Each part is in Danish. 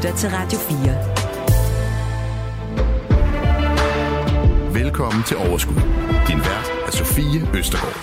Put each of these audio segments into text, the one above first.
lytter til Radio 4. Velkommen til Overskud. Din vært er Sofie Østergaard.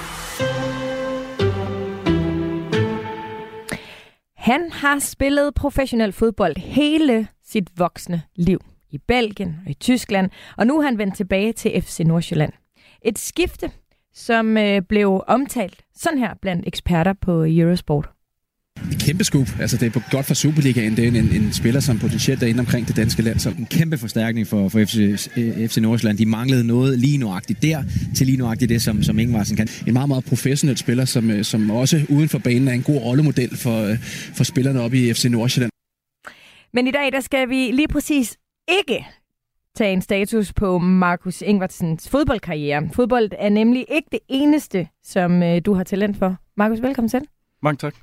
Han har spillet professionel fodbold hele sit voksne liv. I Belgien og i Tyskland, og nu er han vendt tilbage til FC Nordsjælland. Et skifte, som blev omtalt sådan her blandt eksperter på Eurosport. Kæmpe scoop. Altså det er godt for Superligaen. Det er en spiller, som potentielt er inde omkring det danske land. Så en kæmpe forstærkning for FC Nordsjælland. De manglede noget lige nuagtigt der, til lige nuagtigt det, som Ingvarsen kan. En meget, meget professionel spiller, som også uden for banen er en god rollemodel for spillerne oppe i FC Nordsjælland. Men i dag, der skal vi lige præcis ikke tage en status på Marcus Ingvartsens fodboldkarriere. Fodbold er nemlig ikke det eneste, som du har talent for. Marcus, velkommen til. Mange tak.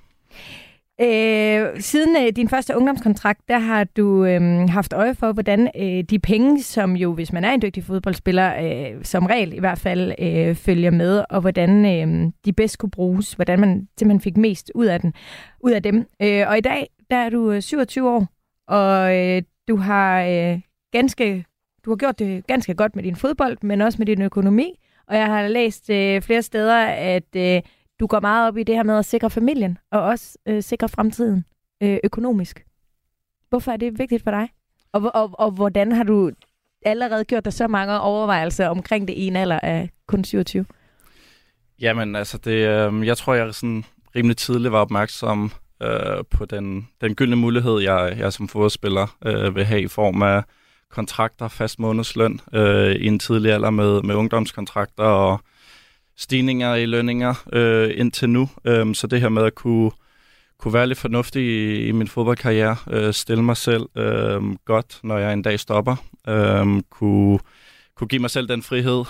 Siden din første ungdomskontrakt, der har du haft øje for, hvordan de penge, som jo, hvis man er en dygtig fodboldspiller, som regel i hvert fald følger med, og hvordan de bedst kunne bruges, hvordan man simpelthen fik mest ud af dem. Og i dag, der er du 27 år, og du har gjort det ganske godt med din fodbold, men også med din økonomi. Og jeg har læst flere steder, at du går meget op i det her med at sikre familien, og også sikre fremtiden økonomisk. Hvorfor er det vigtigt for dig? Og hvordan har du allerede gjort dig så mange overvejelser omkring det ene alder af kun 27? Jamen, altså, jeg tror, jeg sådan rimelig tidligt var opmærksom på den gyldne mulighed, jeg som fodboldspiller vil have i form af kontrakter, fast månedsløn i en tidlig alder med ungdomskontrakter og stigninger i lønninger indtil nu. Så det her med at kunne være lidt fornuftig i min fodboldkarriere, stille mig selv godt, når jeg en dag stopper, kunne give mig selv den frihed,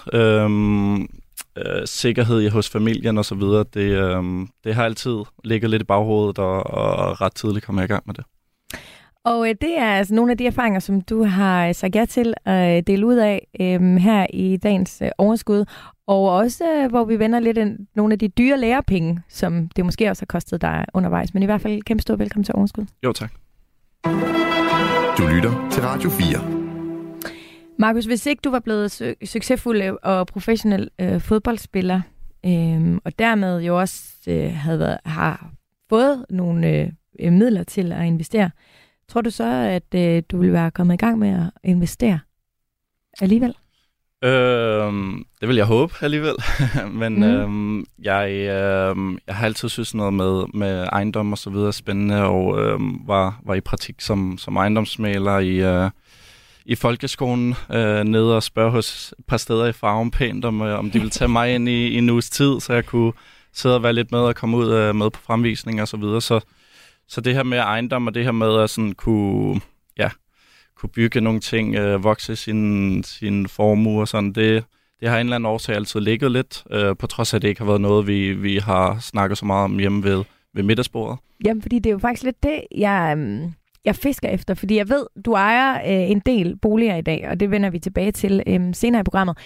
sikkerhed hos familien og så videre. Det har altid ligget lidt i baghovedet, og ret tidligt kom jeg i gang med det. Og det er altså nogle af de erfaringer, som du har sagt ja til at dele ud af her i dagens Overskud. Og også, hvor vi vender lidt nogle af de dyre lærepenge, som det måske også har kostet dig undervejs. Men i hvert fald kæmpe stor velkommen til Overskud. Jo, tak. Du lytter til Radio 4. Marcus, hvis ikke du var blevet succesfuld og professionel fodboldspiller, og dermed jo også har fået nogle midler til at investere, tror du så, at du ville være kommet i gang med at investere alligevel? Det vil jeg håbe alligevel. Men jeg har altid synes noget med ejendom og så videre spændende, og var i praktik som ejendomsmægler i folkeskolen, nede og spørge hos et par steder i Farum pænt, om de ville tage mig ind i en uges tid, så jeg kunne sidde og være lidt med og komme ud med på fremvisning og så videre. Så det her med ejendom og det her med at sådan kunne bygge nogle ting, vokse sin formue og sådan, det har en eller anden årsag altid ligget lidt, på trods af, at det ikke har været noget, vi har snakket så meget om hjemme ved middagsbordet. Jamen, fordi det er jo faktisk lidt det, jeg fisker efter, fordi jeg ved, du ejer en del boliger i dag, og det vender vi tilbage til senere i programmet.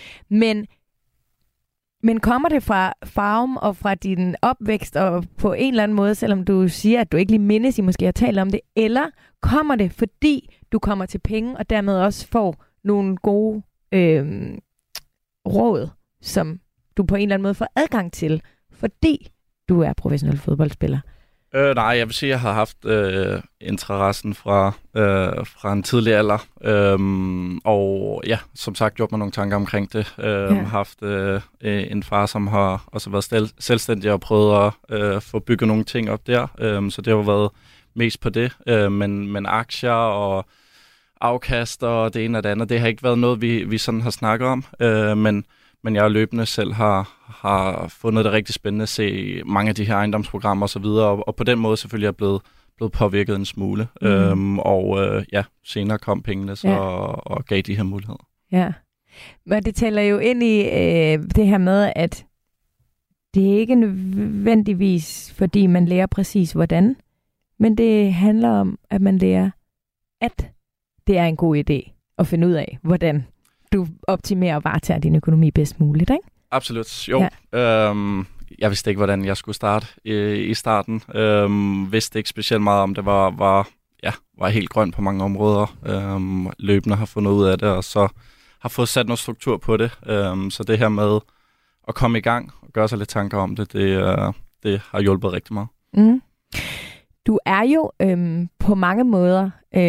Men kommer det fra Farum og fra din opvækst og på en eller anden måde, selvom du siger, at du ikke lige mindes, I måske har talt om det, eller kommer det, fordi du kommer til penge og dermed også får nogle gode råd, som du på en eller anden måde får adgang til, fordi du er professionel fodboldspiller? Nej, jeg vil sige, at jeg har haft interessen fra en tidlig alder, og ja, som sagt, gjort mig nogle tanker omkring det. Haft en far, som har også været selvstændig og prøvet at få bygget nogle ting op der, så det har været mest på det. Men aktier og afkast og det ene og det andet, det har ikke været noget, vi sådan har snakket om, men jeg løbende selv har fundet det rigtig spændende at se mange af de her ejendomsprogrammer og så videre, og på den måde selvfølgelig er blevet påvirket en smule. Senere kom pengene så og gav de her muligheder. Ja, men det taler jo ind i det her med, at det er ikke nødvendigvis, fordi man lærer præcis hvordan, men det handler om, at man lærer, at det er en god idé at finde ud af, hvordan du optimerer og varetager din økonomi bedst muligt, ikke? Absolut, jo. Ja. Jeg vidste ikke, hvordan jeg skulle starte i starten. Vidste ikke specielt meget om det var var helt grøn på mange områder. Løbende har fundet ud af det, og så har fået sat noget struktur på det. Så det her med at komme i gang og gøre sig lidt tanker om det, det har hjulpet rigtig meget. Mm. Du er jo på mange måder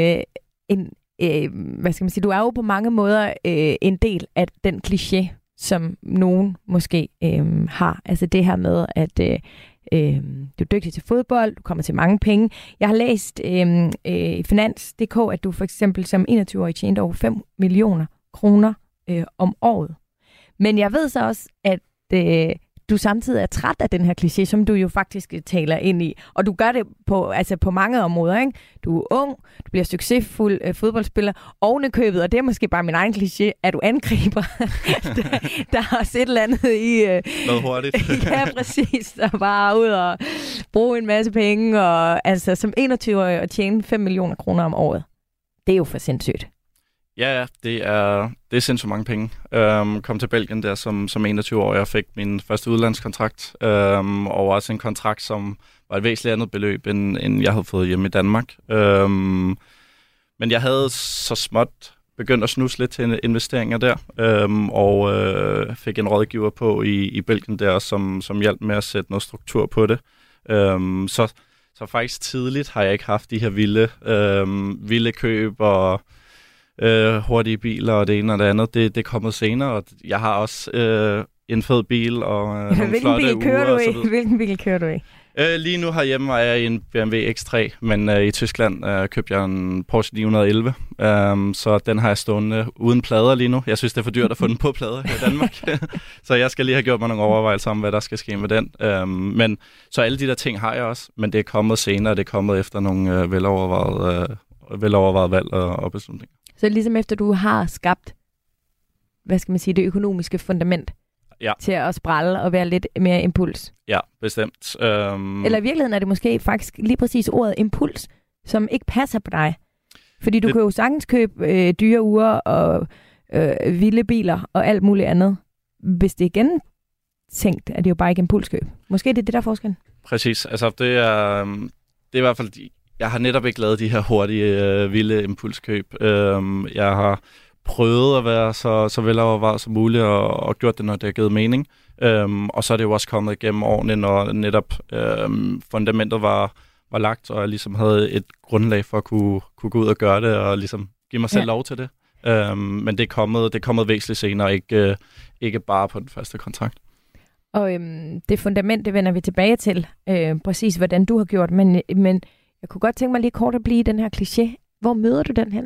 du er jo på mange måder en del af den kliché, som nogen måske har. Altså det her med, at du er dygtig til fodbold, du kommer til mange penge. Jeg har læst i Finans.dk, at du for eksempel som 21-årig tjente over 5 millioner kroner om året. Men jeg ved så også, at du samtidig er træt af den her kliché, som du jo faktisk taler ind i. Og du gør det på mange områder, ikke? Du er ung, du bliver succesfuld fodboldspiller, ovenikøbet, og det er måske bare min egen kliché, at du angriber. der er også et eller andet i... Noget hurtigt. Ja, præcis. Der bare ud og bruge en masse penge, og altså som 21-årig at tjene 5 millioner kroner om året. Det er jo for sindssygt. Ja, det er sindssygt mange penge. Kom til Belgien der som 21-årig og fik min første udlandskontrakt, og også en kontrakt, som var et væsentligt andet beløb, end jeg havde fået hjemme i Danmark. Men jeg havde så småt begyndt at snuse lidt til investeringer der, og fik en rådgiver på i Belgien der, som hjalp med at sætte noget struktur på det. Så faktisk tidligt har jeg ikke haft de her vilde køb og hurtige biler og det ene og det andet. Det er kommet senere, og jeg har også en fed bil og nogle flotte uger. Hvilken bil kører du i? Lige nu herhjemme er jeg i en BMW X3, men i Tyskland købte jeg en Porsche 911, så den har jeg stående uden plader lige nu. Jeg synes, det er for dyrt at få den på plader i Danmark, så jeg skal lige have gjort mig nogle overvejelser om, hvad der skal ske med den. Men så alle de der ting har jeg også, men det er kommet senere, det er kommet efter nogle velovervejede valg og beslutninger. Så ligesom efter du har skabt, det økonomiske fundament, til at sprælle og være lidt mere impuls. Ja, bestemt. Eller i virkeligheden er det måske faktisk lige præcis ordet impuls, som ikke passer på dig. Fordi du kan jo sagtens købe dyre uger og vilde biler og alt muligt andet. Hvis det er gentænkt, er det jo bare ikke impulskøb. Måske er det det, der er forskellen. Præcis. Altså, det er i hvert fald... Jeg har netop ikke lavet de her hurtige, vilde impulskøb. Jeg har prøvet at være så velovervejet som muligt og gjort det, når det har givet mening. Og så er det jo også kommet igennem årene, når netop fundamentet var lagt, og jeg ligesom havde et grundlag for at kunne gå ud og gøre det, og ligesom give mig selv lov til det. Men det er kommet væsentligt senere, ikke bare på den første kontrakt. Og det fundament, det vender vi tilbage til, præcis hvordan du har gjort, men jeg kunne godt tænke mig lige kort at blive i den her kliché. Hvor møder du den hen?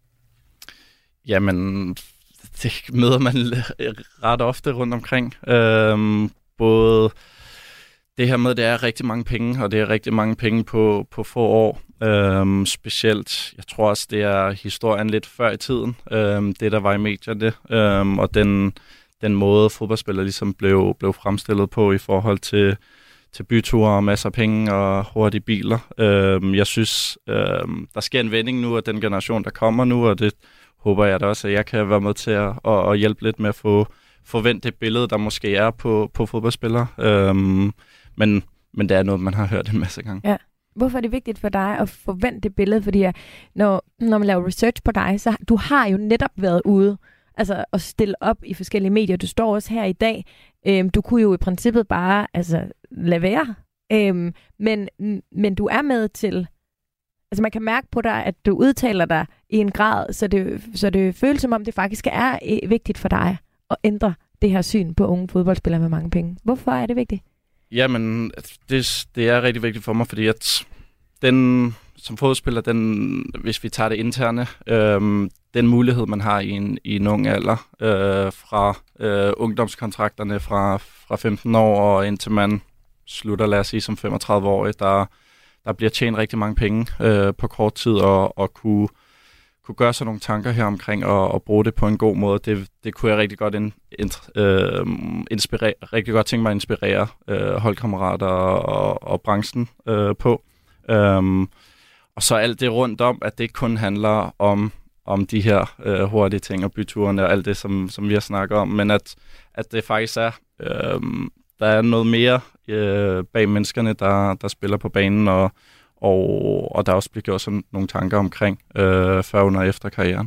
Jamen, det møder man ret ofte rundt omkring. Både det her med, det er rigtig mange penge, og det er rigtig mange penge på få år. Specielt, jeg tror også, det er historien lidt før i tiden, det der var i medierne, og den måde fodboldspillere ligesom blev fremstillet på i forhold til byture og masser af penge og hurtige biler. Jeg synes, der sker en vending nu af den generation, der kommer nu, og det håber jeg da også, at jeg kan være med til at hjælpe lidt med at få vendt det billede, der måske er på fodboldspillere. Men det er noget, man har hørt en masse gange. Ja. Hvorfor er det vigtigt for dig at få vendt det billede? Fordi når man laver research på dig, så du har jo netop været ude at stille op i forskellige medier. Du står også her i dag. Du kunne jo i princippet bare lade være. Men du er med til... man kan mærke på dig, at du udtaler dig i en grad, så det føles som om, det faktisk er vigtigt for dig at ændre det her syn på unge fodboldspillere med mange penge. Hvorfor er det vigtigt? Jamen, det er rigtig vigtigt for mig, fordi at som fodboldspiller, hvis vi tager det interne, den mulighed, man har i en ung alder, fra ungdomskontrakterne fra 15 år og indtil man slutter, lad os sige, som 35-årig, der bliver tjent rigtig mange penge på kort tid, og kunne gøre sig nogle tanker her omkring og bruge det på en god måde. Det kunne jeg rigtig godt rigtig godt tænke mig at inspirere holdkammerater og branchen på. Og så alt det rundt om, at det ikke kun handler om de her hurtige ting og byturene og alt det, som vi har snakket om, men at det faktisk er, der er noget mere bag menneskerne, der spiller på banen, og der også bliver gjort sådan nogle tanker omkring før, under og efter karrieren.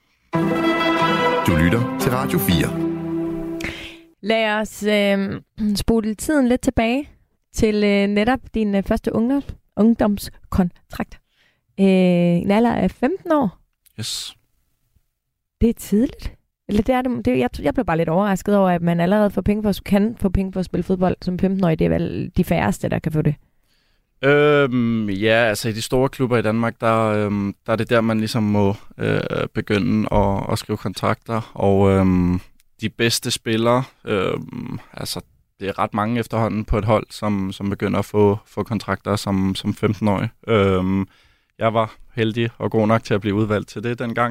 Du lytter til Radio 4. Lad os spole tiden lidt tilbage til netop din første ungdomskontrakt. En alder af 15 år. Yes. Det er tidligt. Eller det er det. Jeg blev bare lidt overrasket over, at man allerede kan få penge for at spille fodbold som 15-årig. Det er vel de færreste, der kan få det. Ja, altså i de store klubber i Danmark, der er det der, man ligesom må begynde at skrive kontrakter. Og de bedste spillere, altså det er ret mange efterhånden på et hold, som begynder at få kontrakter som 15-årig. Jeg var heldig og god nok til at blive udvalgt til det dengang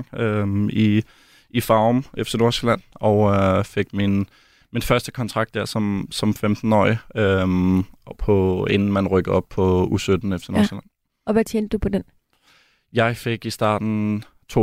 i Farum, FC Nordsjælland, og fik min første kontrakt der som 15-årig, inden man rykker op på U17 FC Nordsjælland. Ja. Og hvad tjente du på den? Jeg fik i starten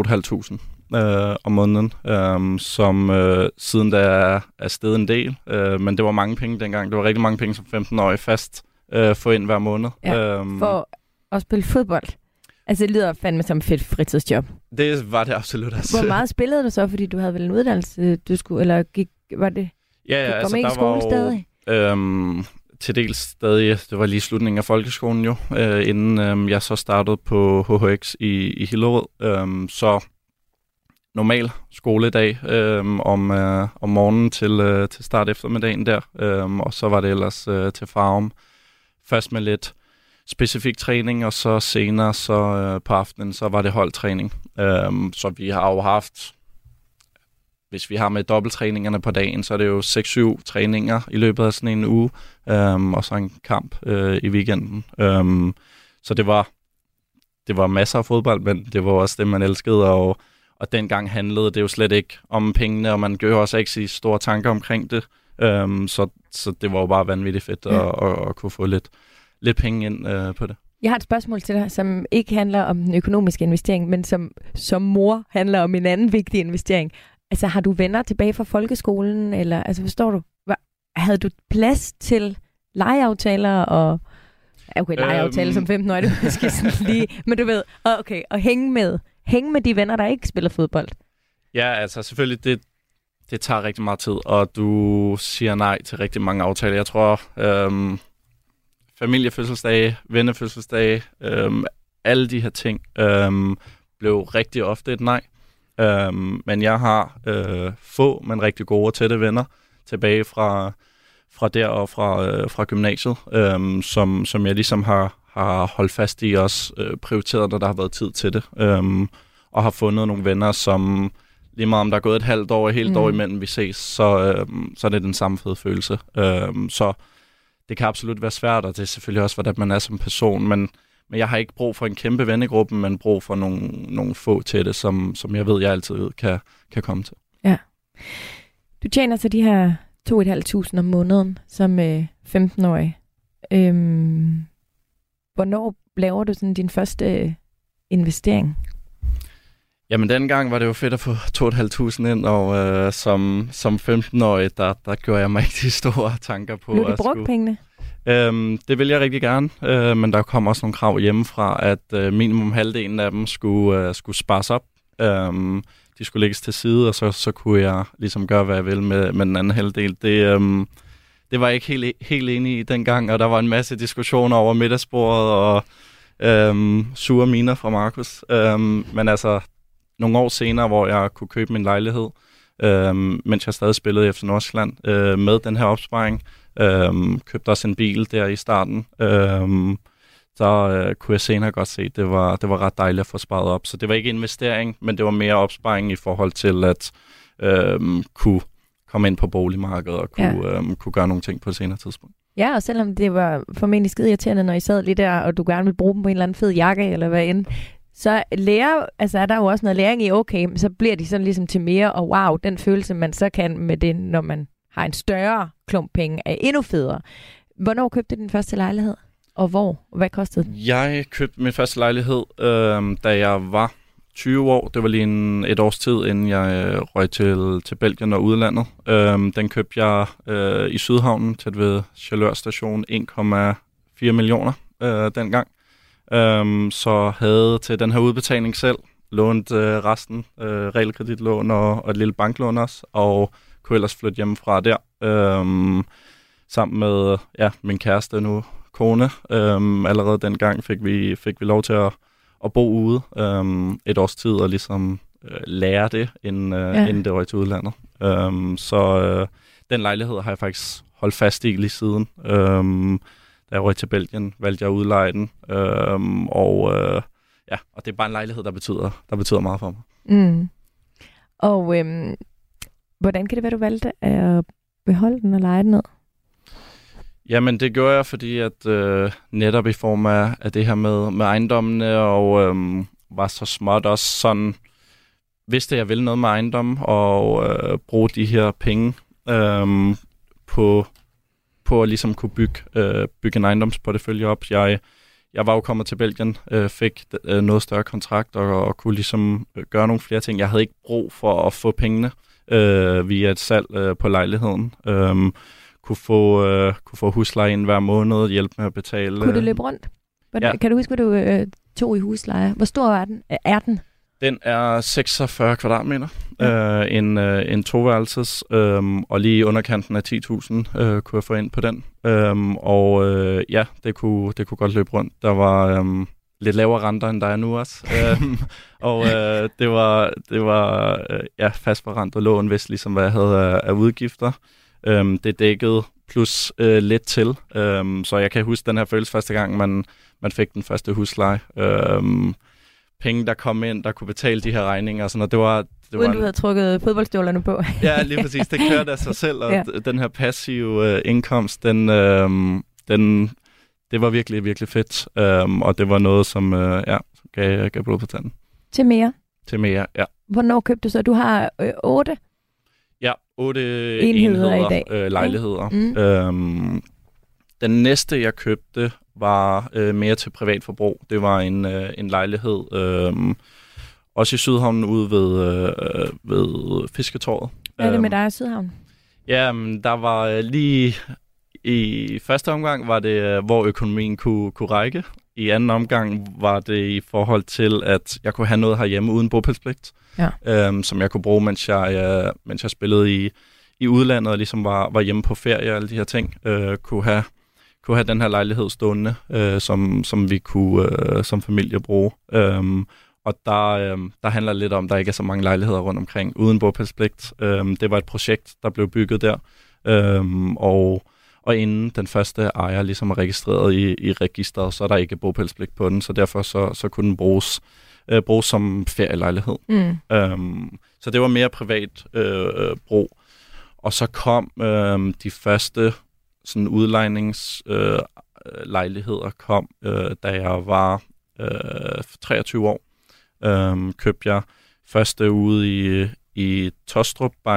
2.500 om måneden, som siden der er steget en del, men det var mange penge dengang. Det var rigtig mange penge som 15-årig fast få ind hver måned. Ja, for at spille fodbold. Altså, det lyder fandme som et fedt fritidsjob. Det var det absolut. Altså. Hvor meget spillede du så, fordi du havde vel en uddannelse, du skulle, eller var det? Ja, altså, der var stadig? Til dels stadig. Det var lige slutningen af folkeskolen jo, inden jeg så startede på HHX i Hillerød. Så normal skoledag om morgenen til start eftermiddagen der, og så var det ellers til Farum. Først med lidt specifik træning, og så senere så på aftenen, så var det holdtræning. Så vi har jo haft, hvis vi har med dobbelttræningerne på dagen, så er det jo 6-7 træninger i løbet af sådan en uge, og så en kamp i weekenden. Så det var masser af fodbold, men det var også det, man elskede, og dengang handlede det jo slet ikke om pengene, og man gør også ikke så store tanker omkring det. Så det var jo bare vanvittigt fedt at kunne få lidt penge ind på det. Jeg har et spørgsmål til dig, som ikke handler om den økonomiske investering, men som mor handler om en anden vigtig investering. Altså, har du venner tilbage fra folkeskolen, eller altså, forstår du? Havde du plads til legeaftaler og legeaftaler som 15-årig, det var måske sådan lige, men du ved, okay, og hænge med de venner, der ikke spiller fodbold. Ja, altså selvfølgelig, det tager rigtig meget tid, og du siger nej til rigtig mange aftaler. Jeg tror, familiefødselsdage, vennefødselsdage, alle de her ting blev rigtig ofte et nej. Men jeg har få, men rigtig gode og tætte venner tilbage fra der og fra gymnasiet, som jeg ligesom har holdt fast i også prioriteret, når der har været tid til det. Og har fundet nogle venner, som lige meget om der er gået et halvt år og helt år imellem vi ses, så er det den samme fede følelse. Så det kan absolut være svært, og det er selvfølgelig også, hvordan man er som person, men jeg har ikke brug for en kæmpe vennegruppe, men brug for nogle få til det, som jeg ved, jeg altid kan komme til. Ja. Du tjener så de her 2.500 om måneden som 15-årig. Hvornår laver du sådan din første investering? Jamen, dengang var det jo fedt at få 2.500 ind, og som 15-årig, der gjorde jeg mig rigtig store tanker på. Blev du brugt pengene? Det vil jeg rigtig gerne, men der kom også nogle krav hjemmefra, at minimum halvdelen af dem skulle spares op. De skulle lægges til side, og så kunne jeg ligesom gøre, hvad jeg ville med den anden halvdel. Det var jeg ikke helt enig i dengang, og der var en masse diskussioner over middagsbordet, og sure miner fra Markus. Men altså, nogle år senere, hvor jeg kunne købe min lejlighed, mens jeg stadig spillede i FC Nordsjælland, med den her opsparing, købte også en bil der i starten, så kunne jeg senere godt se, at det var ret dejligt at få sparet op. Så det var ikke investering, men det var mere opsparing i forhold til at kunne komme ind på boligmarkedet og kunne gøre nogle ting på et senere tidspunkt. Ja, og selvom det var formentlig skide irriterende, når I sad lige der, og du gerne ville bruge dem på en eller anden fed jakke, eller hvad end, så er der jo også noget læring i, okay, så bliver de sådan ligesom til mere, og wow, den følelse, man så kan med det, når man har en større klump penge, er endnu federe. Hvornår købte du din første lejlighed? Og hvor? Hvad kostede den? Jeg købte min første lejlighed, da jeg var 20 år. Det var lige et års tid, inden jeg røg til Belgien og udlandet. Den købte jeg i Sydhavnen, tæt ved Chalør station, 1,4 millioner dengang. Så havde til den her udbetaling selv lånt resten, realkreditlån og et lille banklån også, og kunne ellers flytte hjemmefra der. Sammen med min kæreste nu, kone. Allerede dengang fik vi lov til at bo ude et års tid og ligesom lære det, inden det var til udlandet. Så den lejlighed har jeg faktisk holdt fast i lige siden. Da jeg var til Belgien, valgte jeg at udleje den. Og det er bare en lejlighed, der betyder meget for mig. Mm. Og hvordan kan det være, du valgte at beholde den og leje den ned? Jamen, det gjorde jeg, fordi at netop i form af det her med ejendommene, og var så småt også sådan, vidste jeg ville noget med ejendom, og bruge de her penge på at ligesom kunne bygge en ejendomsportefølje op. Jeg var jo kommet til Belgien, fik noget større kontrakt, og kunne ligesom gøre nogle flere ting. Jeg havde ikke brug for at få pengene via et salg på lejligheden. Kunne få husleje ind hver måned, hjælpe med at betale. Kunne du løbe rundt? Kan du huske, hvad du tog i husleje? Hvor stor er den? Den er 46 kvadratmeter. En toværelses, og lige i underkanten af 10.000 kunne jeg få ind på den. Det kunne godt løbe rundt. Der var lidt lavere renter, end der er nu også. Det var fastforrentet lån, hvis ligesom hvad jeg havde af udgifter. Det dækkede plus lidt til. Så jeg kan huske den her følelse første gang, man fik den første husleje. Penge, der kom ind, der kunne betale de her regninger og sådan noget. Uden du havde trukket fodboldstøvlerne på. Ja, lige præcis. Det kørte af sig selv, og den her passive indkomst, det var virkelig, virkelig fedt. Og det var noget, som gav blod på tanden. Til mere? Til mere, ja. Hvornår købte du så? Du har 8? Ja, 8 enheder i dag. Lejligheder. Den næste, jeg købte, var mere til privat forbrug. Det var en lejlighed, også i Sydhavnen ude ved Fisketorvet. Hvad er det med dig i Sydhavnen? Ja, der var lige i første omgang, var det, hvor økonomien kunne række. I anden omgang var det i forhold til, at jeg kunne have noget herhjemme uden bopælspligt, som jeg kunne bruge, mens jeg spillede i udlandet og ligesom var hjemme på ferie og alle de her ting. Kunne have den her lejlighed stående, som vi kunne som familie bruge. Og der handler lidt om, at der ikke er så mange lejligheder rundt omkring uden bopælspligt. Det var et projekt, der blev bygget der. Og inden den første ejer ligesom er registreret i registeret, så er der ikke bopælspligt på den, så derfor så kunne den bruges som ferielejlighed. Så det var mere privat brug. Og så kom de første sådan udlejningslejligheder kom, da jeg var 23 år. Købte jeg første ude i Tostrup, bare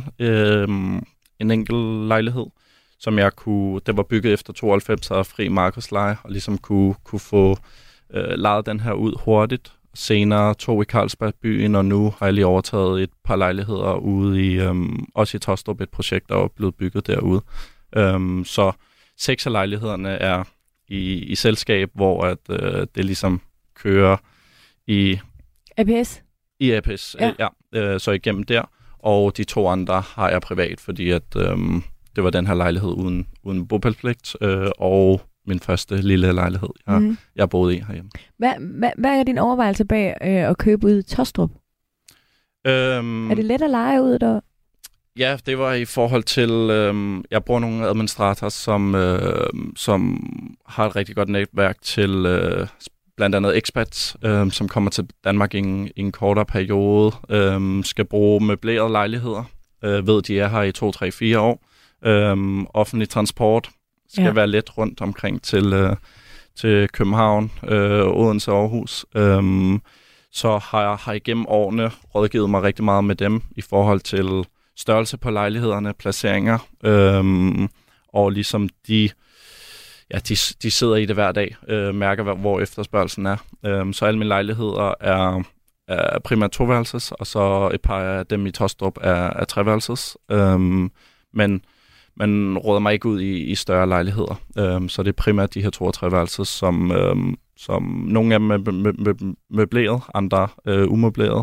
en enkel lejlighed, som jeg kunne, det var bygget efter 92 og fri markedsleje, og ligesom kunne få lejet den her ud hurtigt. Senere tog i Carlsberg-byen, og nu har jeg lige overtaget et par lejligheder ude i, også i Tostrup, et projekt, der er blevet bygget derude. Så 6 af lejlighederne er i selskab, hvor at det ligesom kører i APS? I APS, så igennem der. Og de 2 andre har jeg privat, fordi at det var den her lejlighed uden bopælspligt, og min første lille lejlighed, jeg boede i herhjemme. Hvad er din overvejelse bag at købe ud i Tostrup? Er det let at leje ud der? Ja, det var i forhold til, jeg bruger nogle administratorer, som har et rigtig godt netværk til blandt andet expats, som kommer til Danmark i en kortere periode, skal bruge møblerede lejligheder, ved de er her i 2, 3, 4 år. Offentlig transport skal være let rundt omkring til København, Odense og Aarhus. Så har jeg igennem årene rådgivet mig rigtig meget med dem i forhold til størrelse på lejlighederne, placeringer, og ligesom de sidder i det hver dag, mærker, hvor efterspørgelsen er. Så alle mine lejligheder er primært toværelses, og så et par af dem i Tostrup er treværelses. Men man råder mig ikke ud i større lejligheder. Så det er primært de her 2 og 3 værelses, som nogle af dem er møbleret, andre umøbleret.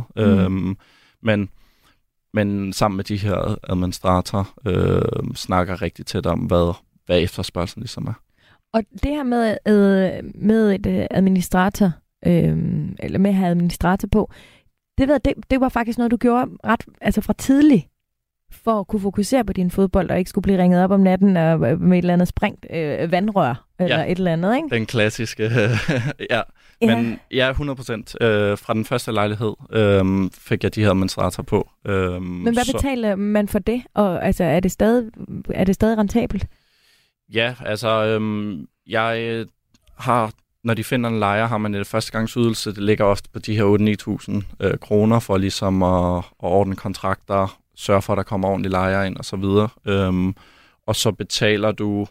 Men sammen med de her administratorer snakker rigtig tæt om, hvad efterspørgselen ligesom er. Og det her med et administrator, eller med at have administrator på, det var faktisk noget, du gjorde fra tidligt, for at kunne fokusere på din fodbold, og ikke skulle blive ringet op om natten og med et eller andet sprængt vandrør, eller et eller andet, ikke? Den klassiske, ja. Men 100%. Fra den første lejlighed fik jeg de her administratorer på. Men hvad betaler man for det? Og altså, er det stadig rentabelt? Ja, altså, jeg har, når de finder en lejer, har man et førstegangsydelse. Det ligger ofte på de her 8-9.000 kroner for ligesom at ordne kontrakter, sørge for, at der kommer ordentlige lejere ind og så videre. Og så betaler du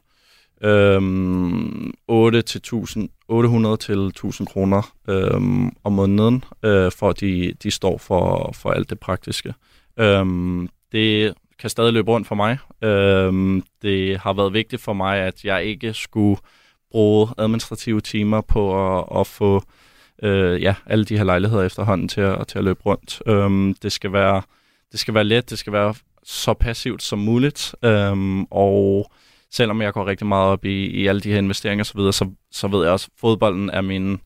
800 til 1.000 kroner om måneden, for at de står for alt det praktiske. Det kan stadig løbe rundt for mig. Det har været vigtigt for mig, at jeg ikke skulle bruge administrative timer på at få alle de her lejligheder efterhånden til at løbe rundt. Det skal være let, det skal være så passivt som muligt, og selvom jeg går rigtig meget op i alle de her investeringer og så videre, så ved jeg også, at fodbolden er min,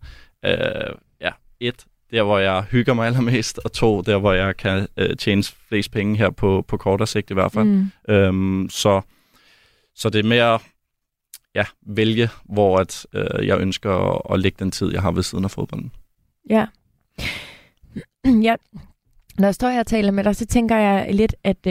der hvor jeg hygger mig allermest, og 2, der hvor jeg kan tjene flest penge her på kortere sigt i hvert fald. Så det er mere vælge, hvor jeg ønsker at lægge den tid, jeg har ved siden af fodbolden. Ja. Ja. Når jeg står her og taler med dig, så tænker jeg lidt, at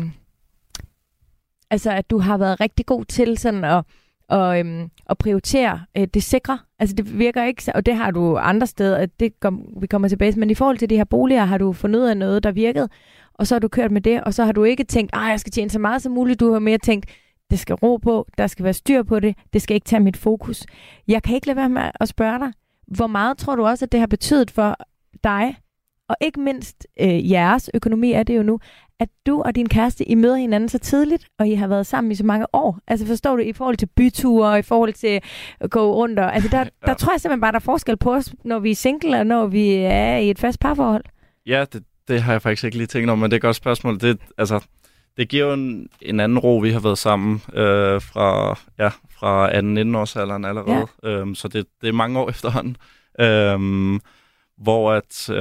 at du har været rigtig god til sådan at prioritere det sikre. Altså det virker ikke, og det har du andre steder, at vi kommer tilbage. Men i forhold til de her boliger, har du fundet ud af noget, der virkede, og så har du kørt med det, og så har du ikke tænkt, jeg skal tjene så meget som muligt. Du har mere tænkt, det skal ro på, der skal være styr på det, det skal ikke tage mit fokus. Jeg kan ikke lade være med at spørge dig, hvor meget tror du også, at det har betydet for dig, og ikke mindst jeres økonomi er det jo nu, at du og din kæreste, I møder hinanden så tidligt, og I har været sammen i så mange år. Altså forstår du, i forhold til byture, og i forhold til at gå rundt, og altså der tror jeg simpelthen bare, der er forskel på os, når vi er single, og når vi er i et fast parforhold. Ja, det har jeg faktisk ikke lige tænkt over, men det er et godt spørgsmål. Det giver jo en anden ro, vi har været sammen fra 18-19 års alderen allerede. Ja. Så det er mange år efterhånden. Hvor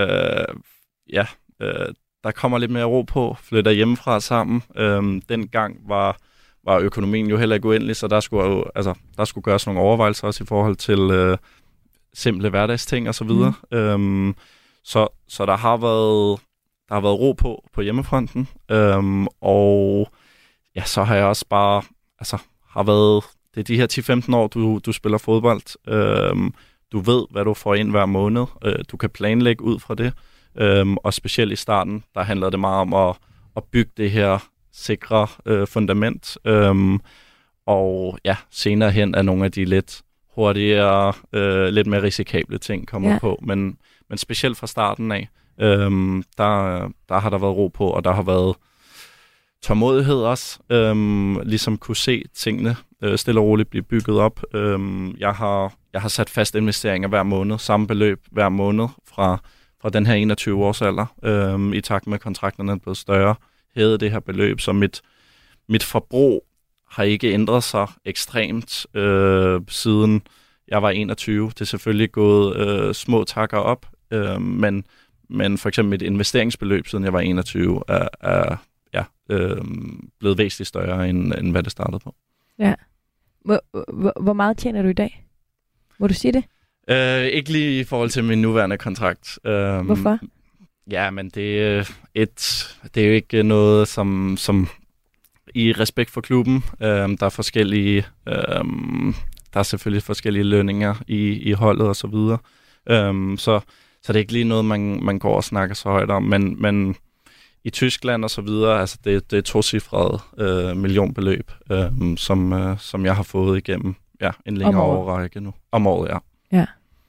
der kommer lidt mere ro på, flytter hjemmefra sammen. Dengang var økonomien jo heller ikke uendelig, så der skulle gøres nogle overvejelser også i forhold til simple hverdagsting og så videre. Så der har været ro på hjemmefronten, og ja, så har jeg også bare har været, det er de her 10-15 år du spiller fodbold. Du ved, hvad du får ind hver måned. Du kan planlægge ud fra det. Og specielt i starten, der handler det meget om at bygge det her sikre fundament. Og ja, senere hen er nogle af de lidt hurtigere, lidt mere risikable ting kommer på. Men specielt fra starten af, der har der været ro på, og der har været tålmodighed også. Ligesom kunne se tingene stille og roligt blive bygget op. Jeg har sat fast investeringer hver måned, samme beløb hver måned fra den her 21 års alder. I takt med kontrakterne er blevet større, hævede det her beløb, så mit forbrug har ikke ændret sig ekstremt siden jeg var 21. Det er selvfølgelig gået små takker op, men for eksempel mit investeringsbeløb siden jeg var 21 er blevet væsentligt større end hvad det startede på. Ja. Hvor meget tjener du i dag? Må du sige det? Ikke lige i forhold til min nuværende kontrakt. Hvorfor? Ja, men det er jo ikke noget, som i respekt for klubben. Der er forskellige, der er selvfølgelig forskellige lønninger i holdet og så videre. Så det er ikke lige noget, man går og snakker så højt om, men i Tyskland og så videre, altså det er tocifret millionbeløb, som jeg har fået igennem en længere årrække nu. Om året, ja.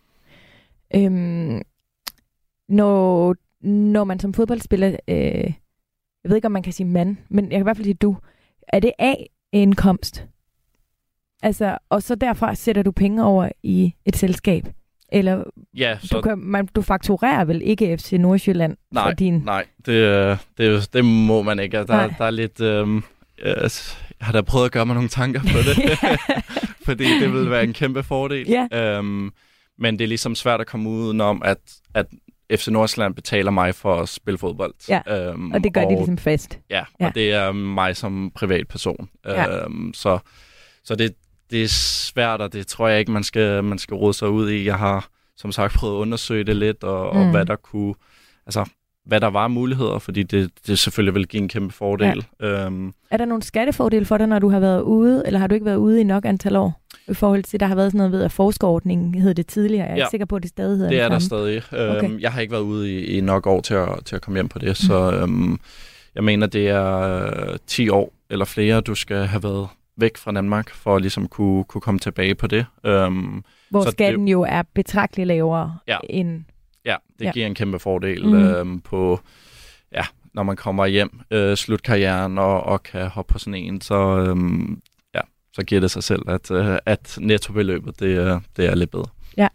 Når man som fodboldspiller, jeg ved ikke, om man kan sige mand, men jeg kan i hvert fald sige du, er det A-indkomst? Altså, og så derfra sætter du penge over i et selskab? Eller Ja, så... du fakturerer vel ikke FC Nordsjælland for din... Nej, det må man ikke. Der er lidt... jeg har da prøvet at gøre mig nogle tanker på det, fordi det vil være en kæmpe fordel. Yeah. Men det er ligesom svært at komme udenom, at FC Nordsjælland betaler mig for at spille fodbold. Ja, og det gør de ligesom fast. Ja, og det er mig som privatperson. Så det er svært, og det tror jeg ikke, man skal rode sig ud i. Jeg har som sagt prøvet at undersøge det lidt, og hvad der kunne... Altså, hvad der var muligheder, fordi det selvfølgelig vil give en kæmpe fordel. Ja. Er der nogle skattefordele for dig, når du har været ude, eller har du ikke været ude i nok antal år? I forhold til, der har været sådan noget ved, at forskerordningen hed det tidligere. Jeg er ikke sikker på, at det stadig hedder det. Det er der stadig. Okay. Jeg har ikke været ude i nok år til at komme hjem på det, så jeg mener, det er 10 år eller flere, du skal have været væk fra Danmark, for at ligesom kunne komme tilbage på det. Hvor skatten jo er betragteligt lavere end... Ja, det giver en kæmpe fordel på, når man kommer hjem, slut karrieren og kan hoppe på sådan en, så giver det sig selv, at nettobeløbet, det er lidt bedre. Ja.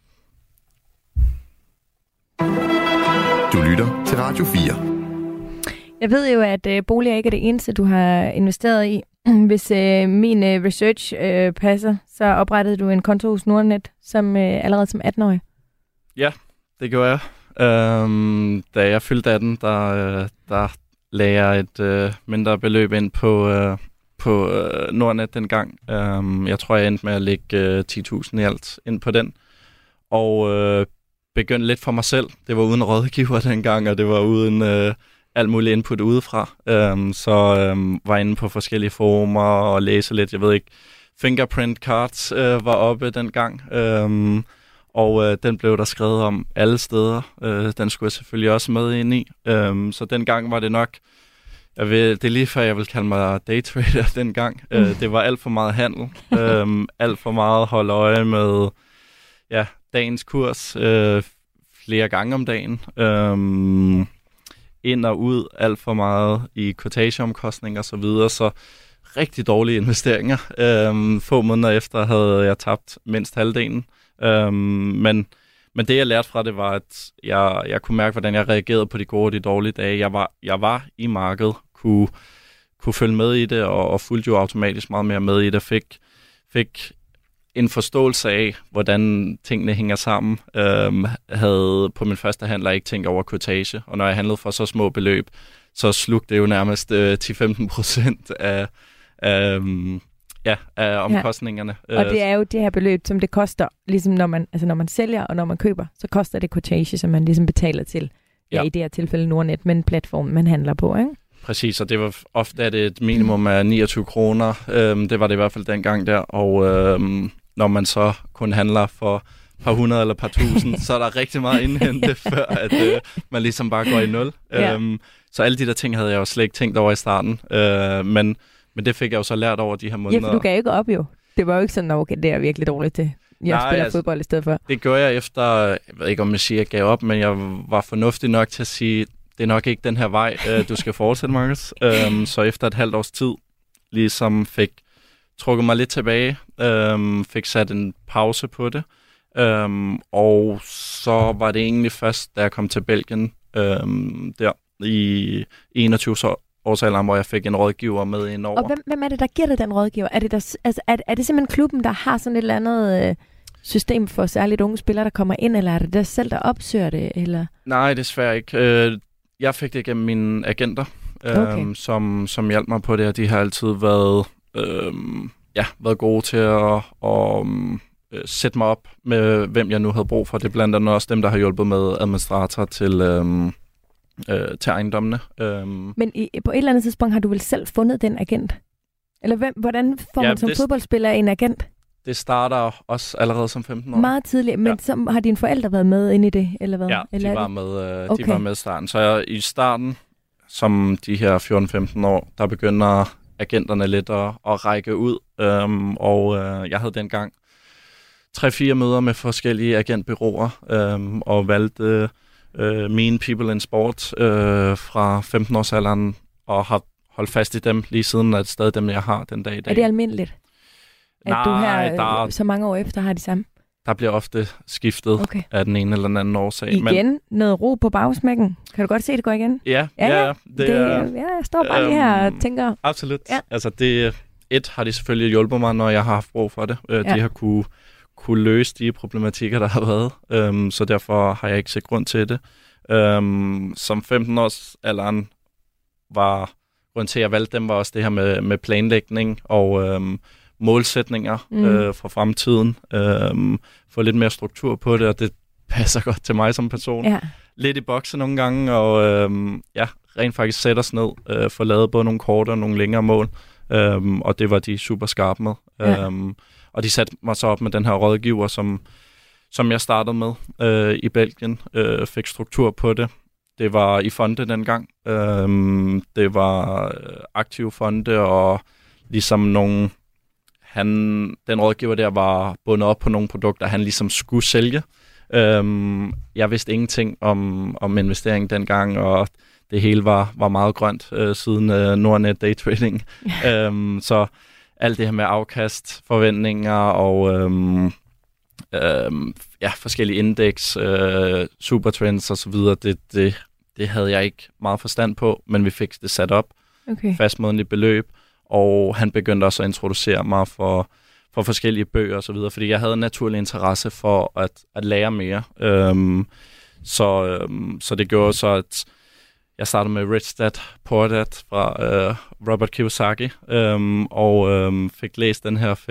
Du lytter til Radio 4. Jeg ved jo, at boliger ikke er det eneste, du har investeret i. Hvis min research passer, så oprettede du en konto hos Nordnet allerede som 18-årig. Ja, det gjorde jeg. Da jeg fyldte 18, der lagde jeg et mindre beløb ind på Nordnet dengang. Jeg tror, jeg endte med at lægge 10.000 i alt ind på den. Og begyndte lidt for mig selv. Det var uden rådgiver dengang, og det var uden alt muligt input udefra. Så var inde på forskellige forumer og læse lidt. Jeg ved ikke, fingerprint cards var oppe dengang. Og den blev der skrevet om alle steder. Den skulle jeg selvfølgelig også med ind i. Så dengang var det nok... det er lige før, jeg vil kalde mig daytrader dengang. Det var alt for meget handel. Alt for meget holde øje med dagens kurs flere gange om dagen. Ind og ud alt for meget i quotation-omkostninger og så videre. Så rigtig dårlige investeringer. Få måneder efter havde jeg tabt mindst halvdelen. Men det, jeg lærte fra det, var, at jeg kunne mærke, hvordan jeg reagerede på de gode og de dårlige dage. Jeg var i markedet, kunne følge med i det, og fulgte jo automatisk meget mere med i det. Fik en forståelse af, hvordan tingene hænger sammen. Havde på min første handler ikke tænkt over quotage, og når jeg handlede for så små beløb, så slugte det jo nærmest 10-15% af omkostningerne. Og det er jo det her beløb, som det koster, ligesom når man sælger og når man køber, så koster det quotage, som man ligesom betaler til, i det her tilfælde Nordnet, men platformen, man handler på, ikke? Præcis, og det var ofte et minimum af 29 kroner. Det var det i hvert fald dengang der, og når man så kun handler for par hundrede eller par tusind, så er der rigtig meget indhente, før at man ligesom bare går i nul. Så alle de der ting havde jeg jo slet ikke tænkt over i starten, men det fik jeg jo så lært over de her måneder. Ja, for du gav ikke op jo. Det var jo ikke sådan, okay, det er virkelig dårligt til. Jeg spiller fodbold i stedet for. Det gjorde jeg efter, jeg ved ikke om jeg siger, at jeg gav op, men jeg var fornuftig nok til at sige, det er nok ikke den her vej, du skal fortsætte, Marcus. Så efter et halvt års tid, ligesom fik trukket mig lidt tilbage, fik sat en pause på det, og så var det egentlig først, da jeg kom til Belgien, der i 21 årsalderen, hvor jeg fik en rådgiver med ind over. Og hvem er det, der giver dig den rådgiver? Er det simpelthen klubben, der har sådan et eller andet system for særligt unge spillere, der kommer ind, eller er det der selv, der opsøger det? Eller? Nej, desværre ikke. Jeg fik det gennem mine agenter, som hjalp mig på det, og de har altid været gode til at sætte mig op med, hvem jeg nu havde brug for. Det er blandt andet også dem, der har hjulpet med administrator til ejendommene. Men på et eller andet tidspunkt har du vel selv fundet den agent? Eller hvordan får man som fodboldspiller en agent? Det starter også allerede som 15 år. Meget tidligt, men så har dine forældre været med inde i det, eller hvad? Ja, de var med i starten. Så i starten, som de her 14-15 år, der begynder agenterne lidt at række ud. Og jeg havde dengang 3-4 møder med forskellige agentbureauer, og valgte Mean People in Sport fra 15-årsalderen, og har holdt fast i dem lige siden, at det stadig dem, jeg har den dag i dag. Er det almindeligt? At du her så mange år efter har de samme? der bliver ofte skiftet af den ene eller den anden årsag. Igen, noget ro på bagsmækken. Kan du godt se, det går igen? Ja. Jeg står bare lige her og tænker... Absolut. Ja. Altså, det har de selvfølgelig hjulpet mig, når jeg har haft brug for det. De har kunne løse de problematikker, der har været. Så derfor har jeg ikke set grund til det. Som 15-års alderen var grund til, at jeg valgte dem, var også det her med planlægning og målsætninger for fremtiden. Få lidt mere struktur på det, og det passer godt til mig som person. Ja. Lidt i bokse nogle gange, og rent faktisk sætte os ned, få lavet både nogle korte og nogle længere mål, og det var de super skarpe med. Ja. Og de satte mig så op med den her rådgiver, som jeg startede med i Belgien, fik struktur på det. Det var i fonde dengang. Det var aktive fonde, og ligesom den rådgiver der var bundet op på nogle produkter, han ligesom skulle sælge. Jeg vidste ingenting om investering dengang, og det hele var meget grønt siden Nordnet Daytrading. Så alt det her med afkast, forventninger og forskellige indeks, supertrends osv., det havde jeg ikke meget forstand på, men vi fik det sat op. Fast månedligt beløb, og han begyndte også at introducere mig for forskellige bøger og så videre, fordi jeg havde en naturlig interesse for at lære mere. Så det gjorde så, at jeg startede med Rich Dad, Poor Dad fra Robert Kiyosaki, og fik læst den her,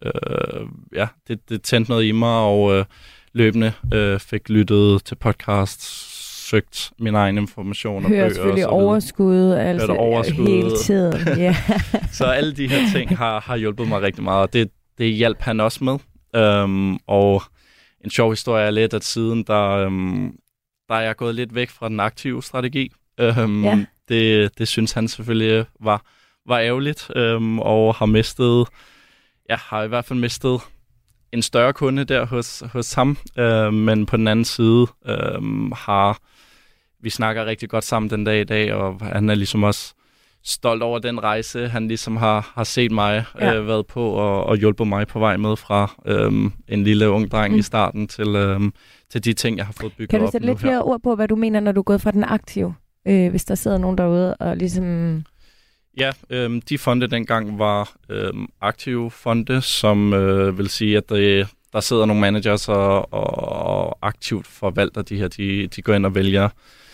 det tændte noget i mig, og løbende fik lyttet til podcasts, søgt min egen information og bøger. Hører selvfølgelig overskud, altså hele tiden. Yeah. Så alle de her ting har hjulpet mig rigtig meget, og det hjalp han også med. Og en sjov historie er lidt, at siden der er jeg gået lidt væk fra den aktive strategi. Det synes han selvfølgelig var ærgerligt, og har i hvert fald mistet en større kunde der hos ham, men på den anden side vi snakker rigtig godt sammen den dag i dag, og han er ligesom også stolt over den rejse, han ligesom har set mig været på og hjulpet mig på vej med fra en lille ung dreng i starten til de ting, jeg har fået bygget op. Kan du sætte lidt flere ord på, hvad du mener, når du er gået fra den aktive? Hvis der sidder nogen derude og ligesom... Ja, de fonde dengang var aktive fonde, som vil sige, at der sidder nogle managers og aktivt forvalter de her. De går ind og vælger,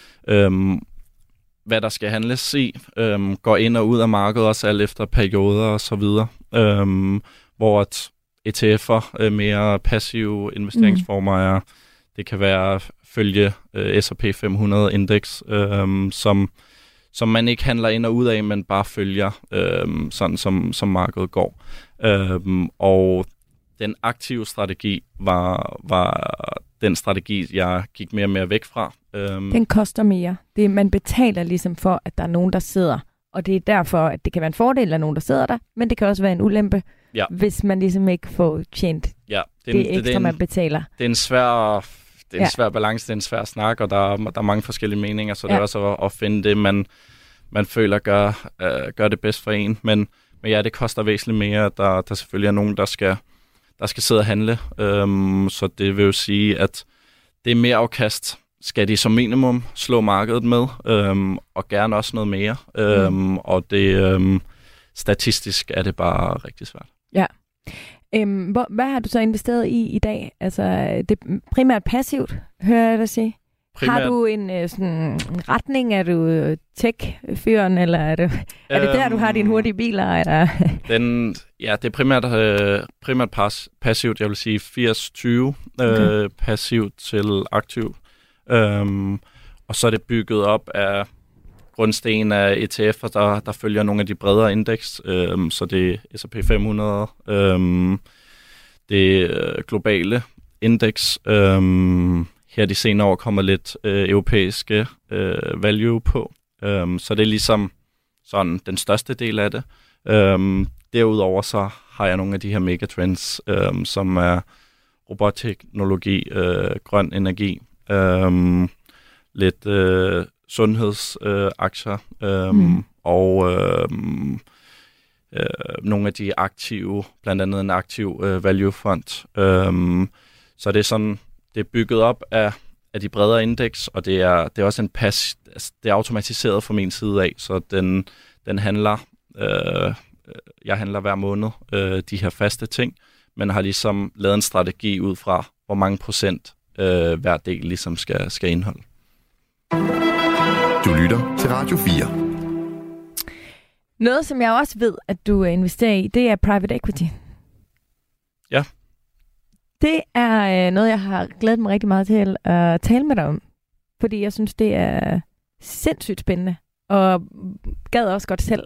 hvad der skal handles i, går ind og ud af markedet også alt efter perioder og så videre, hvor at ETF'er, mere passive investeringsformer er, det kan være følge S&P 500 indeks, som man ikke handler ind og ud af, men bare følger, sådan som markedet går. Og den aktive strategi var den strategi, jeg gik mere og mere væk fra. Den koster mere. Man betaler ligesom for, at der er nogen, der sidder. Og det er derfor, at det kan være en fordel, at der er nogen, der sidder der, men det kan også være en ulempe, hvis man ligesom ikke får tjent det ekstra, man betaler. Det er en svær balance, det er en svær snak, og der er mange forskellige meninger, så det er også at finde det, man føler gør det bedst for en. Men ja, det koster væsentligt mere. Der selvfølgelig er nogen, der skal sidde og handle. Så det vil jo sige, at det er mere afkast. Skal de som minimum slå markedet med, og gerne også noget mere. Og det statistisk er det bare rigtig svært. Ja. Hvad har du så investeret i dag? Altså, det er primært passivt, hører jeg dig sige. Primært. Har du en sådan retning? Er du tech-fyren, eller er det der, du har dine hurtige biler? Eller? Det er primært passivt. Jeg vil sige 80-20 passivt til aktivt. Og så er det bygget op af grundsten af ETF'er, der følger nogle af de bredere indeks. Så det er S&P 500, det globale indeks. Her de senere år kommer lidt europæiske value på. Så det er ligesom sådan den største del af det. Derudover så har jeg nogle af de her megatrends, som er robotteknologi, grøn energi, lidt sundhedsaktier og nogle af de aktive, blandt andet en aktiv value fund. Så det er sådan, det er bygget op af de bredere indeks, og det er også det er automatiseret fra min side af, så den handler, jeg handler hver måned de her faste ting, men har ligesom lavet en strategi ud fra, hvor mange procent hver del ligesom skal indeholde. Du lytter til Radio 4. Noget, som jeg også ved, at du investerer i, det er private equity. Ja. Det er noget, jeg har glædet mig rigtig meget til at tale med dig om. Fordi jeg synes, det er sindssygt spændende. Og gad også godt selv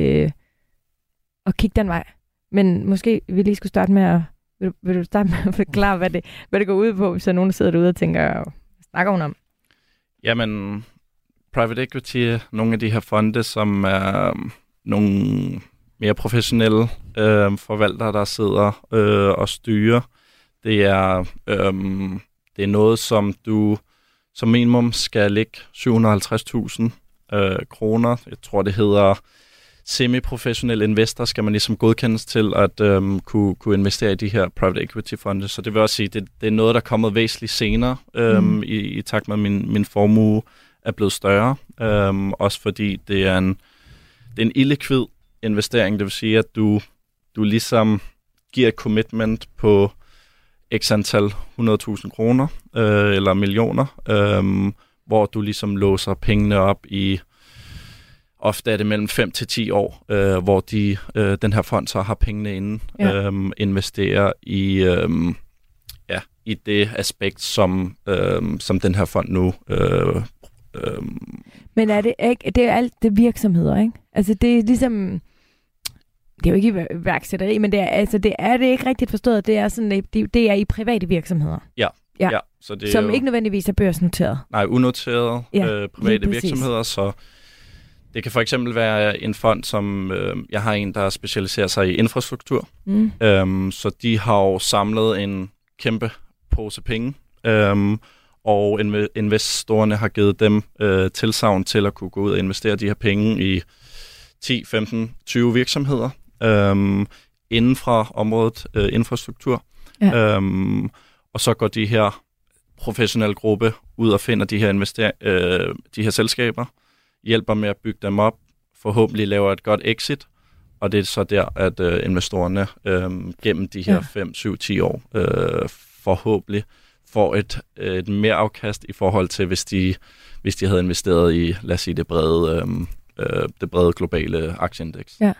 at kigge den vej. Men måske vi lige skulle starte med at... Vil du starte med at forklare, hvad det går ud på, hvis der er nogen, der sidder derude og tænker, hvad snakker hun om? Jamen, private equity, nogle af de her fonde, som er nogle mere professionelle forvaltere, der sidder og styrer. Det er noget, som du som minimum skal lægge 750.000 kroner. Jeg tror, det hedder semi-professionel investor, skal man ligesom godkendes til at kunne investere i de her private equity-fonde. Så det vil også sige, det er noget, der er kommet væsentligt senere, i takt med, at min formue er blevet større. Også fordi det er en illikvid investering. Det vil sige, at du ligesom giver et commitment på x antal 100.000 kroner eller millioner, hvor du ligesom låser pengene op i, ofte er det mellem 5 til 10 år, hvor den her fond så har pengene inde, investerer i det aspekt, som den her fond nu Men er det ikke, det er alt det virksomheder, ikke? Altså det er ligesom, det er jo ikke iværksætteri, men det er det ikke rigtigt forstået. Det er sådan, det er i private virksomheder. Ja. Så det som jo, ikke nødvendigvis er børsnoteret. Nej, unoterede private virksomheder, så det kan for eksempel være en fond, som jeg har en, der specialiserer sig i infrastruktur. Så de har jo samlet en kæmpe pose penge, og investorerne har givet dem tilsagn til at kunne gå ud og investere de her penge i 10, 15, 20 virksomheder inden for området infrastruktur. Ja. Og så går de her professionelle gruppe ud og finder de her selskaber, hjælper med at bygge dem op, forhåbentlig laver et godt exit, og det er så der, at investorerne gennem de her 5, 7, 10 år forhåbentlig får et mere afkast i forhold til, hvis de havde investeret i, lad os sige, det brede globale aktieindeks. Ja.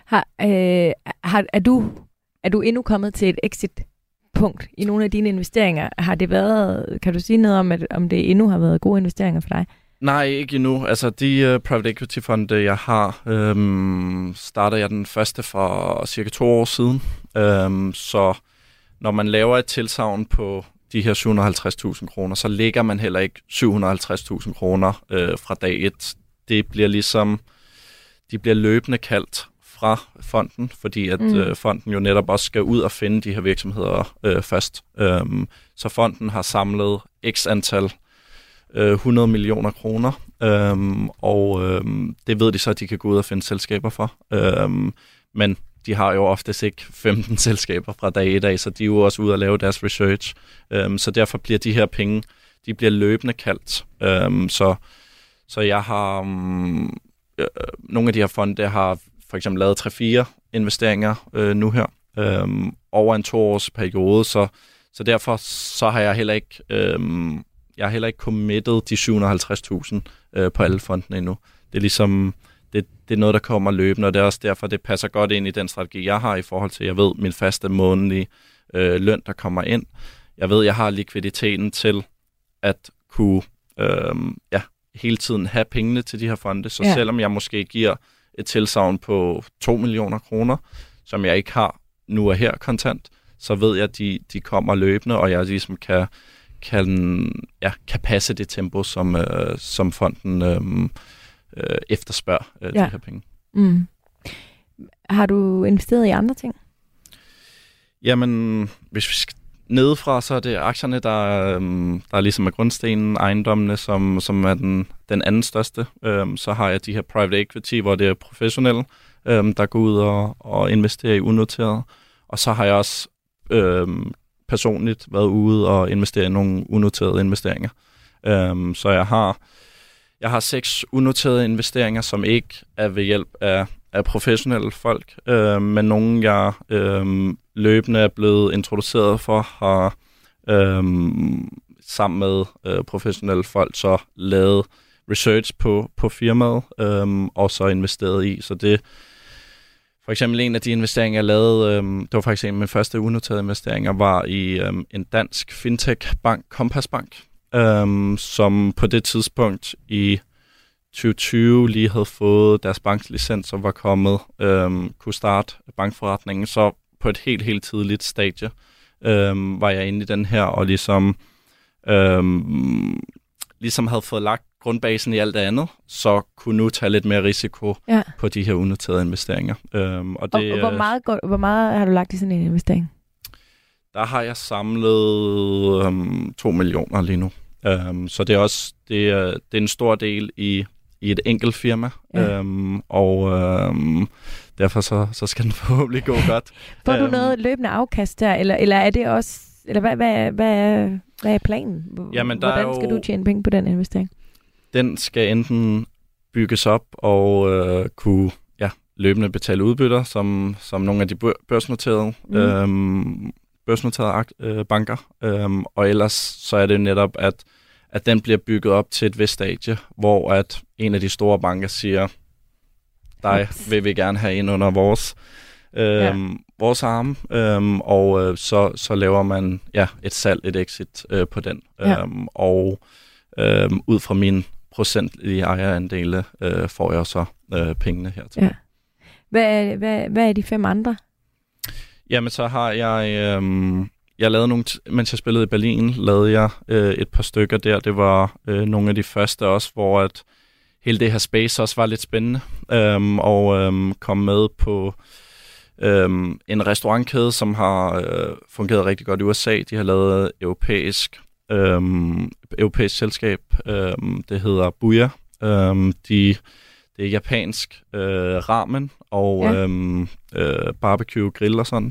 Er du endnu kommet til et exit-punkt i nogle af dine investeringer? Har det været, kan du sige noget om det endnu har været gode investeringer for dig? Nej, ikke endnu. Altså, de private equity-fonde, jeg har, starter jeg den første for cirka 2 år siden. Så når man laver et tilsagn på de her 750.000 kroner, så lægger man heller ikke 750.000 kroner fra dag 1. Det bliver ligesom, de bliver løbende kaldt fra fonden, fordi at fonden jo netop også skal ud og finde de her virksomheder først. Så fonden har samlet x antal 100 millioner kroner, og det ved de så, at de kan gå ud og finde selskaber for. Men de har jo oftest ikke 15 selskaber fra dag 1 af, så de er jo også ude og lave deres research. Så derfor bliver de her penge, de bliver løbende kaldt. Så jeg har nogle af de her fonde har for eksempel lavet 3-4 investeringer nu her over en 2-års periode, så derfor så har jeg heller ikke committed de 750.000 på alle fondene endnu. Det er ligesom det er noget, der kommer løbende, og det er også derfor, det passer godt ind i den strategi, jeg har i forhold til, jeg ved, min faste månedlige løn, der kommer ind. Jeg ved, jeg har likviditeten til at kunne hele tiden have pengene til de her fonde, så selvom jeg måske giver et tilsagn på 2 millioner kroner, som jeg ikke har nu og her kontant, så ved jeg, at de kommer løbende, og jeg ligesom kan passe det tempo, som fonden efterspørger de her penge. Mm. Har du investeret i andre ting? Jamen, hvis vi skal nedefra, så er det aktierne, der ligesom er grundstenen, ejendommene, som er den anden største. Så har jeg de her private equity, hvor det er professionelle, der går ud og investerer i unoteret. Og så har jeg også personligt været ude og investere i nogle unoterede investeringer. Så jeg har 6 unoterede investeringer, som ikke er ved hjælp af professionelle folk, men nogle, jeg løbende er blevet introduceret for, har sammen med professionelle folk så lavet research på firmaet, og så investeret i. Så det for eksempel en af de investeringer, jeg lavede, det var faktisk en af mine første unoterede investeringer, var i en dansk fintech-bank, Compass Bank, som på det tidspunkt i 2020 lige havde fået deres banklicens og var kommet, kunne starte bankforretningen. Så på et helt tidligt stadie var jeg inde i den her, og ligesom havde fået lagt grundbasen i alt det andet, så kunne nu tage lidt mere risiko på de her unoterede investeringer. Og hvor meget har du lagt i sådan en investering? Der har jeg samlet 2 millioner lige nu. Så det er også det er en stor del i et enkelt firma, og derfor så skal den forhåbentlig gå godt. Får du noget løbende afkast der, eller er det også, eller hvad er planen? Hvordan skal du tjene penge på den investering? Den skal enten bygges op og kunne løbende betale udbytter, som nogle af de børsnoterede banker. Og ellers så er det netop, at den bliver bygget op til et vist stadie, hvor at en af de store banker siger, dig vil vi gerne have ind under vores arme, og så laver man et salg, et exit på den. Og ud fra min procentlige ejerandele får jeg så pengene hertil. Ja. Hvad er de 5 andre? Jamen, så har jeg lavede nogle, mens jeg spillede i Berlin, lavede jeg et par stykker der. Det var nogle af de første også, hvor at hele det her space også var lidt spændende, og kom med på en restaurantkæde, som har fungeret rigtig godt i USA. De har lavet europæisk selskab. Det hedder Buya. Det er japansk ramen og barbecue grill og sådan,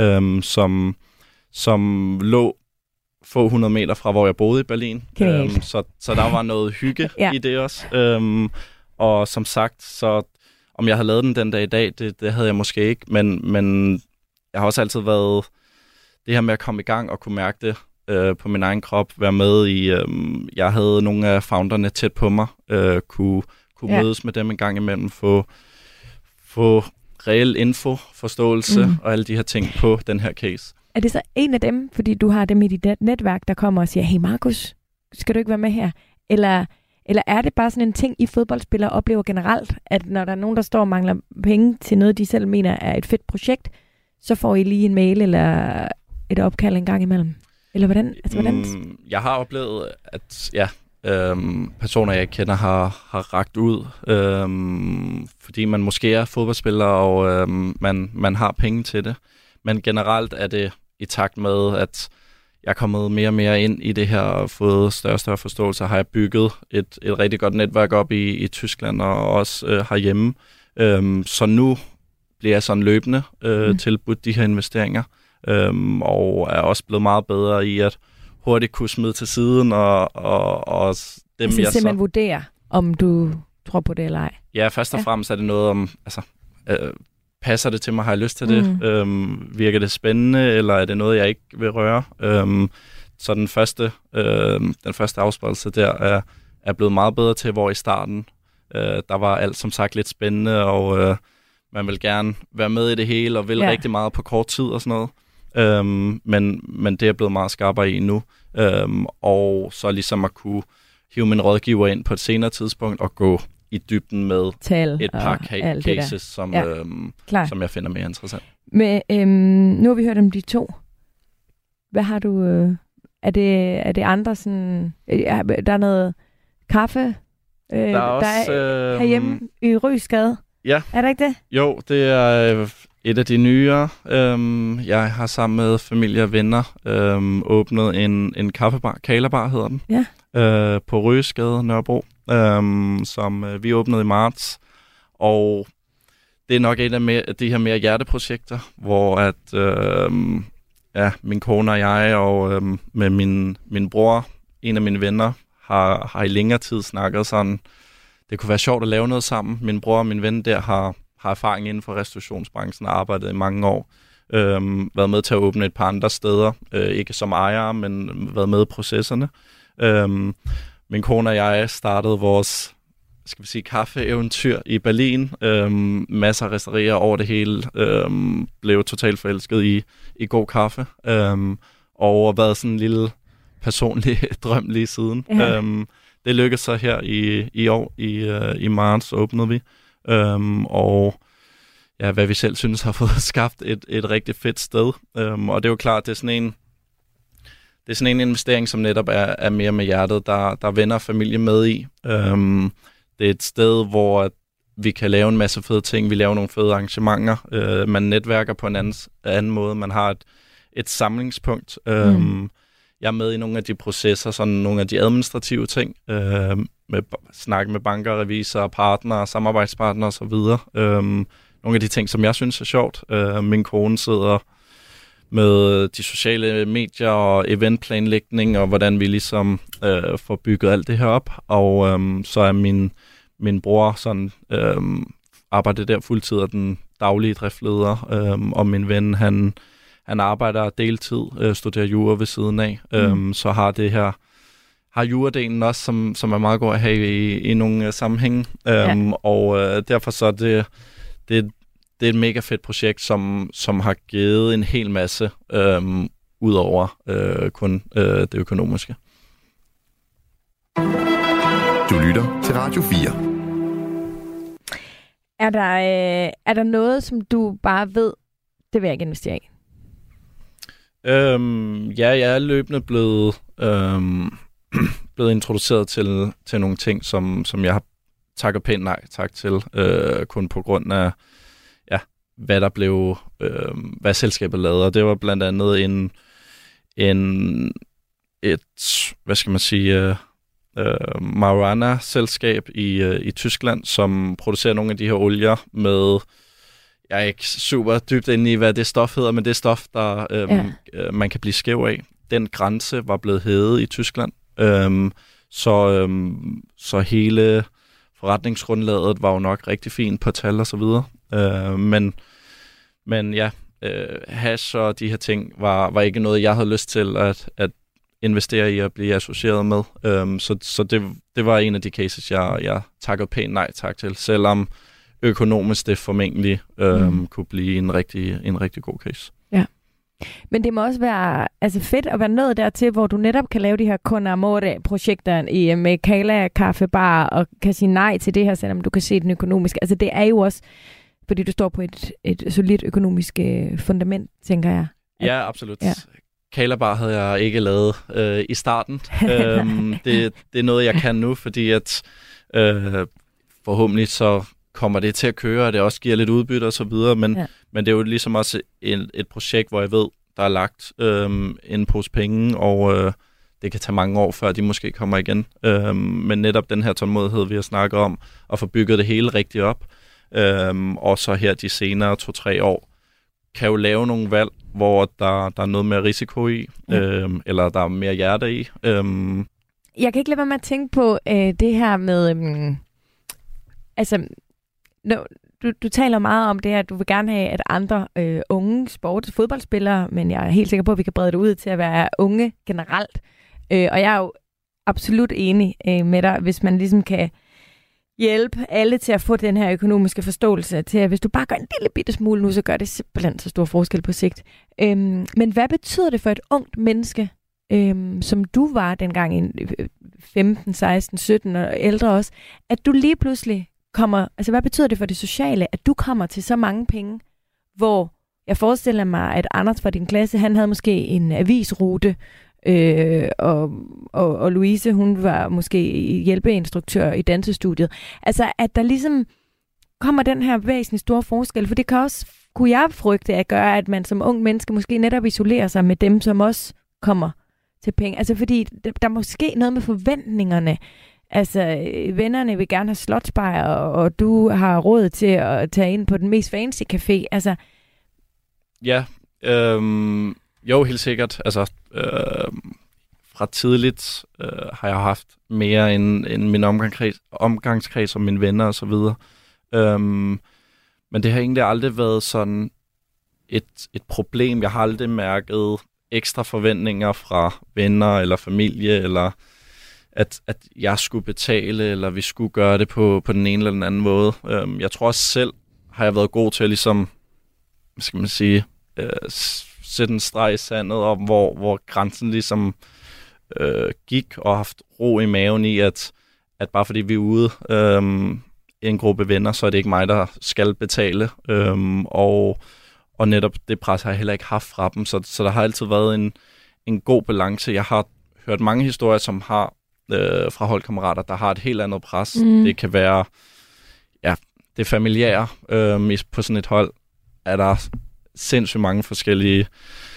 som lå få 100 meter fra, hvor jeg boede i Berlin. Så der var noget hygge i det også. Og som sagt, så om jeg havde lavet den dag i dag, det havde jeg måske ikke, men jeg har også altid været det her med at komme i gang og kunne mærke det på min egen krop, være med i, jeg havde nogle af founderne tæt på mig, kunne mødes med dem en gang imellem, få reel info, forståelse og alle de her ting på den her case. Er det så en af dem, fordi du har dem i dit netværk, der kommer og siger, hey Markus, skal du ikke være med her? Eller er det bare sådan en ting, I fodboldspillere oplever generelt, at når der er nogen, der står og mangler penge til noget, de selv mener er et fedt projekt, så får I lige en mail eller et opkald en gang imellem? Eller hvordan? Jeg har oplevet, at personer, jeg kender, har rakt ud, fordi man måske er fodboldspiller, og man har penge til det. Men generelt er det i takt med, at jeg er kommet mere og mere ind i det her og fået større og større forståelse, har jeg bygget et rigtig godt netværk op i Tyskland og også herhjemme. Så nu bliver jeg sådan løbende tilbudt de her investeringer, og er også blevet meget bedre i at hurtigt kunne smide til siden og dem, jeg simpelthen vurdere, om du tror på det eller ej. Ja, først og fremmest er det noget om, passer det til mig, har jeg lyst til det? Virker det spændende, eller er det noget, jeg ikke vil røre? Så den første afspørgelse der er blevet meget bedre til, hvor i starten, der var alt som sagt lidt spændende, og man vil gerne være med i det hele, og vil rigtig meget på kort tid og sådan noget. Men det er blevet meget skarpere i nu. Og så ligesom at kunne hive min rådgiver ind på et senere tidspunkt og gå i dybden med et par cases, som jeg finder mere interessant. Men, nu har vi hørt om de 2. Hvad har du... Er det andre sådan... Der er noget kaffe, der er også, herhjemme i Rysgade. Ja. Er det ikke det? Jo, det er et af de nyere. Jeg har sammen med familie og venner åbnet en kaffebar, Kalabar hedder den, på Rysgade, Nørrebro, som vi åbnede i marts. Og det er nok et af de her mere hjerteprojekter, hvor at min kone og jeg, og med min bror, en af mine venner, har i længere tid snakket sådan, det kunne være sjovt at lave noget sammen. Min bror og min ven der har erfaring inden for restaurationsbranchen og arbejdet i mange år. Været med til at åbne et par andre steder. Ikke som ejer, men været med i processerne. Min kone og jeg startede vores kaffeeventyr i Berlin. Masser af restaurerier over det hele. Blev totalt forelsket i god kaffe. Og været sådan en lille personlig drøm lige siden. Ja. Det lykkedes så her i år. I marts åbnede vi. Og ja, hvad vi selv synes har fået skabt et rigtig fedt sted. Og det er jo klart, det er sådan en investering, som netop er mere med hjertet, der venner og familie med i. Det er et sted, hvor vi kan lave en masse fede ting. Vi laver nogle fede arrangementer. Man netværker på en anden måde. Man har et samlingspunkt. Jeg er med i nogle af de processer, sådan nogle af de administrative ting. Snakke med banker, revisorer, partnere, samarbejdspartnere osv. Nogle af de ting, som jeg synes er sjovt. Min kone sidder med de sociale medier og eventplanlægning, og hvordan vi ligesom får bygget alt det her op. Og så er min bror sådan, arbejder der fuldtid og den daglige driftleder, og min ven, han arbejder deltid, studerer jura ved siden af, så har juradelen også, som er meget god at have i nogle sammenhænge. Og derfor så er det er et mega fedt projekt, som har givet en hel masse ud over kun det økonomiske. Du lytter til Radio 4. Er der noget, som du bare ved, det vil jeg ikke investere i? Ja, jeg er løbende blevet introduceret til nogle ting, som jeg har takket pænt nej tak til, kun på grund af hvad der blev, hvad selskabet lavede. Og det var blandt andet et hvad skal man sige, marijuana-selskab i Tyskland, som producerer nogle af de her olier med, jeg er ikke super dybt inde i, hvad det stof hedder, men det stof, der man kan blive skæv af. Den grænse var blevet hævet i Tyskland. Så hele forretningsgrundlaget var jo nok rigtig fint på tal og så videre. Men ja, hash og de her ting var ikke noget, jeg havde lyst til at investere i og blive associeret med. Så det var en af de cases, jeg takkede pænt nej tak til, selvom økonomisk det formentlig kunne blive en rigtig god case. Ja. Men det må også være fedt at være nået dertil, hvor du netop kan lave de her con amore-projekter med Kala kaffebar og kan sige nej til det her, selvom du kan se den økonomiske. Altså det er jo også, fordi du står på et solidt økonomisk fundament, tænker jeg. Ja, absolut. Ja. Kala bar havde jeg ikke lavet i starten. Det er noget, jeg kan nu, fordi at forhåbentlig så kommer det til at køre, og det også giver lidt udbytte og så videre, men det er jo ligesom også et projekt, hvor jeg ved, der er lagt en pose penge, og det kan tage mange år, før de måske kommer igen. Men netop den her tålmodighed, vi har snakket om, at få bygget det hele rigtigt op, og så her de senere 2-3 år, kan jo lave nogle valg, hvor der er noget mere risiko i, eller der er mere hjerte i. Jeg kan ikke lade være med at tænke på det her med, du taler meget om det her, at du vil gerne have, at andre unge fodboldspillere, men jeg er helt sikker på, at vi kan brede det ud til at være unge generelt. Og jeg er jo absolut enig med dig, hvis man ligesom kan hjælpe alle til at få den her økonomiske forståelse til, at hvis du bare gør en lille bitte smule nu, så gør det simpelthen så stor forskel på sigt. Men hvad betyder det for et ungt menneske, som du var dengang i 15, 16, 17 og ældre også, at du lige pludselig kommer, altså hvad betyder det for det sociale, at du kommer til så mange penge, hvor jeg forestiller mig, at Anders fra din klasse, han havde måske en avisrute, og Louise, hun var måske hjælpeinstruktør i dansestudiet. Altså, at der ligesom kommer den her væsentligt store forskel, for det kan også, kunne jeg frygte at gøre, at man som ung menneske måske netop isolerer sig med dem, som også kommer til penge. Altså, fordi der er måske noget med forventningerne. Altså, vennerne vil gerne have slotsbajer, og du har råd til at tage ind på den mest fancy café. Altså. Ja, Jo, helt sikkert. Altså, fra tidligt har jeg haft mere end min omgangskreds og mine venner og så videre. Men det har egentlig aldrig været sådan et problem. Jeg har aldrig mærket ekstra forventninger fra venner eller familie, eller at jeg skulle betale, eller vi skulle gøre det på den ene eller den anden måde. Jeg tror også selv, har jeg været god til at ligesom, hvad skal man sige, sætte en streg i sandet om, hvor grænsen ligesom gik, og haft ro i maven i, at bare fordi vi er ude i en gruppe venner, så er det ikke mig, der skal betale. Og netop det pres har jeg heller ikke haft fra dem, så der har altid været en god balance. Jeg har hørt mange historier, som har fra holdkammerater, der har et helt andet pres. Det kan være, det familiære. På sådan et hold er der sindssygt mange forskellige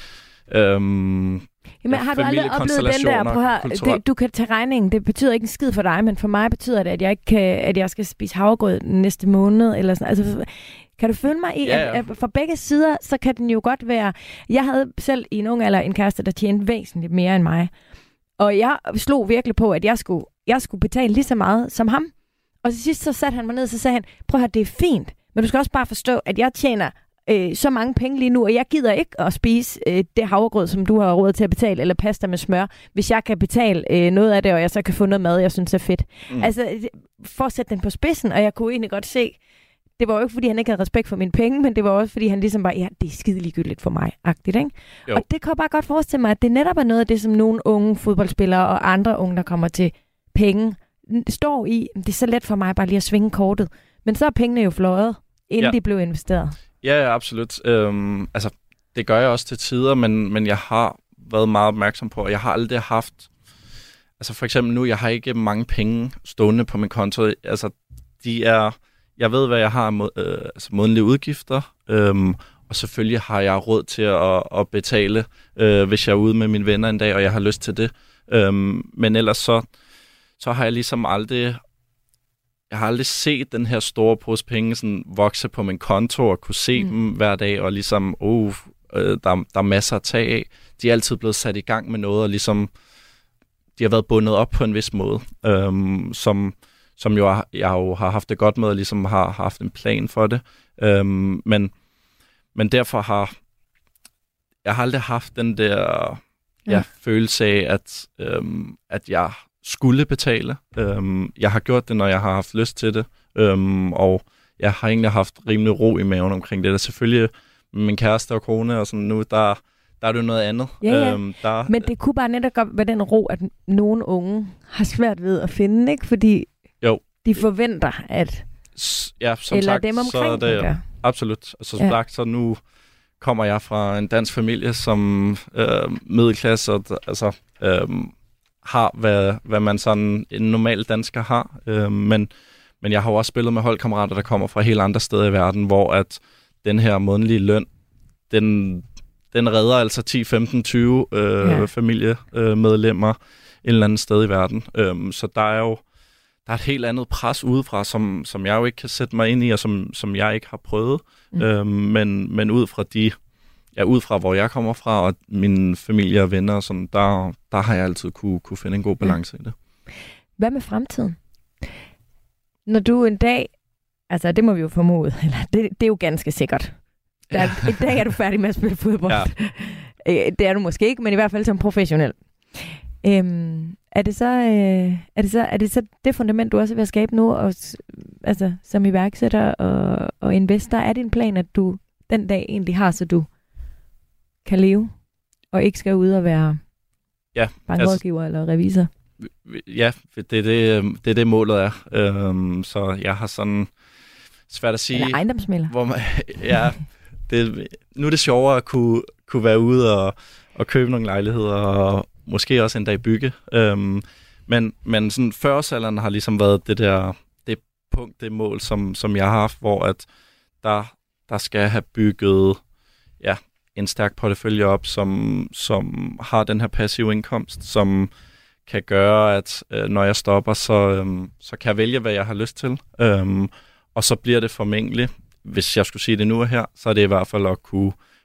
Jamen, har du aldrig oplevet den der på her? Du kan tage regningen. Det betyder ikke en skid for dig, men for mig betyder det, at jeg ikke at jeg skal spise havregrød næste måned eller sådan. Altså, kan du følge mig i, at fra begge sider, så kan den jo godt være. Jeg havde selv i en ung alder en kæreste, der tjente væsentligt mere end mig, og jeg slog virkelig på, at jeg skulle betale lige så meget som ham. Og til sidst så satte han mig ned, og så sagde han: prøv at høre, det er fint, men du skal også bare forstå, at jeg tjener så mange penge lige nu, og jeg gider ikke at spise det havregrød, som du har råd til at betale, eller pasta med smør, hvis jeg kan betale noget af det, og jeg så kan få noget mad, jeg synes er fedt. Altså, for at sætte den på spidsen, og jeg kunne egentlig godt se, det var jo ikke, fordi han ikke havde respekt for mine penge, men det var også, fordi han ligesom bare, det er skide ligegyldigt for mig, agtigt, ikke? Jo. Og det kan jeg bare godt forestille mig, at det netop er noget af det, som nogle unge fodboldspillere og andre unge, der kommer til penge, står i. Det er så let for mig bare lige at svinge kortet. Men så er pengene jo fløjet, inden de blev investeret. Ja, absolut. Altså, det gør jeg også til tider, men jeg har været meget opmærksom på, og jeg har aldrig haft... Altså for eksempel nu, jeg har ikke mange penge stående på min konto. Altså, jeg ved, hvad jeg har månedlige udgifter, og selvfølgelig har jeg råd til at betale, hvis jeg er ude med mine venner en dag, og jeg har lyst til det. Men ellers så har jeg ligesom aldrig... Jeg har aldrig set den her store pose penge sådan vokse på min konto og kunne se dem hver dag, og ligesom, der er masser at tage af. De er altid blevet sat i gang med noget, og ligesom, de har været bundet op på en vis måde, som jo jeg jo har haft det godt med, og ligesom har haft en plan for det. Men derfor har jeg aldrig haft den der følelse af, at jeg skulle betale. Jeg har gjort det, når jeg har haft lyst til det, og jeg har egentlig haft rimelig ro i maven omkring det. Der selvfølgelig min kæreste og kone, og sådan nu, der er det jo noget andet. Ja. Men det kunne bare netop godt være den ro, at nogle unge har svært ved at finde, ikke? Fordi de forventer, at som eller sagt, dem omkring så er det absolut. Altså, som sagt, så nu kommer jeg fra en dansk familie, som middelklasse, og altså... har, hvad man sådan en normal dansker har. Men jeg har jo også spillet med holdkammerater, der kommer fra helt andre steder i verden, hvor at den her månedlige løn, den redder altså 10, 15, 20 familiemedlemmer et eller andet sted i verden. Så der er et helt andet pres udefra, som jeg jo ikke kan sætte mig ind i, og som jeg ikke har prøvet. Men ud fra hvor jeg kommer fra, og mine familie og venner, og sådan, der har jeg altid kunne finde en god balance i det. Hvad med fremtiden? Når du en dag, altså det må vi jo formode, eller det er jo ganske sikkert. En dag er du færdig med at spille fodbold. Ja. Det er du måske ikke, men i hvert fald som professionel. Er det så det fundament, du også vil skabe nu, og, altså, som iværksætter og investor? Er det en plan, at du den dag egentlig har, så du kan leve, og ikke skal ud og være bankrådgiver eller revisor? Ja, det er det målet er. Så jeg har sådan svært at sige... Eller ejendomsmægler. Nu er det sjovere at kunne være ude og købe nogle lejligheder, og måske også en dag bygge. Men sådan 40-årsalderen har ligesom været det mål, som jeg har haft, hvor at der skal have bygget en stærk portefølje op, som har den her passive indkomst, som kan gøre, at når jeg stopper, så kan jeg vælge, hvad jeg har lyst til. Og så bliver det formentlig, hvis jeg skulle sige det nu og her, så er det i hvert fald at kunne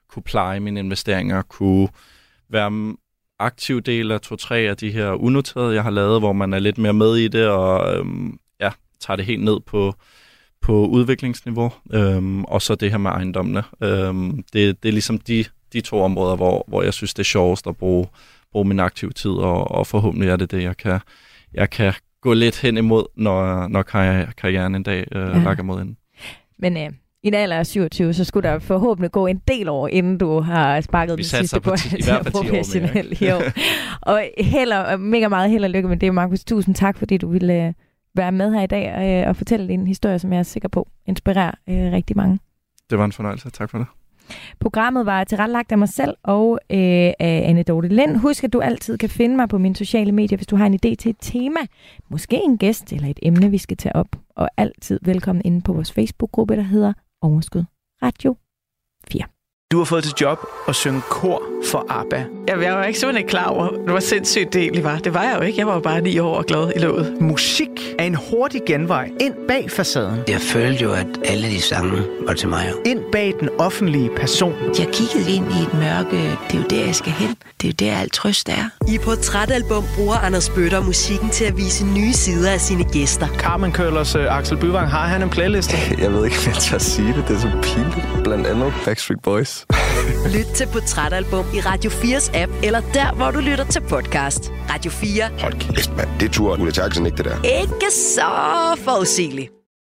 kunne pleje mine investeringer, kunne være aktiv del af 2-3 af de her unoterede, jeg har lavet, hvor man er lidt mere med i det, og tager det helt ned på udviklingsniveau, og så det her med ejendommene. Det er ligesom de 2 områder, hvor jeg synes, det er sjovest at bruge min aktive tid, og forhåbentlig er det, jeg kan gå lidt hen imod, når karrieren en dag lakker mod enden. Men i en alder af 27, så skulle der forhåbentlig gå en del år, inden du har sparket det sidste på i hvert fald 10 år mere. Og mega meget held og lykke med det, Markus. Tusind tak, fordi du ville være med her i dag og fortælle din historie, som jeg er sikker på inspirerer rigtig mange. Det var en fornøjelse. Tak for det. Programmet var tilrettelagt af mig selv og af Anne Dorte Lind. Husk, at du altid kan finde mig på mine sociale medier, hvis du har en idé til et tema, måske en gæst eller et emne, vi skal tage op. Og altid velkommen inde på vores Facebook-gruppe, der hedder Overskud Radio 4. Du har fået til job at synge kor for ABBA. Jeg var ikke simpelthen klar over, hvor sindssygt det egentlig var. Det var jeg jo ikke. Jeg var jo bare 9 år og glad i låget. Musik er en hurtig genvej ind bag facaden. Jeg følte jo, at alle de sange var til mig. Ind bag den offentlige person. Jeg kiggede ind i et mørke. Det er jo der, jeg skal hen. Det er jo der, alt trøst er. I Portrætalbum bruger Anders Bøtter musikken til at vise nye sider af sine gæster. Carmen Køllers Axel Byvang, har han en playliste? Jeg ved ikke, hvad jeg tør sige det. Det er så pinligt. Blandt andet Backstreet Boys. Lyt til Portrætalbum i Radio 4's app, eller der, hvor du lytter til podcast. Radio 4. Hold kæft, mand. Det turde Ulla Terkelsen ikke, det der. Ikke så forudsigeligt.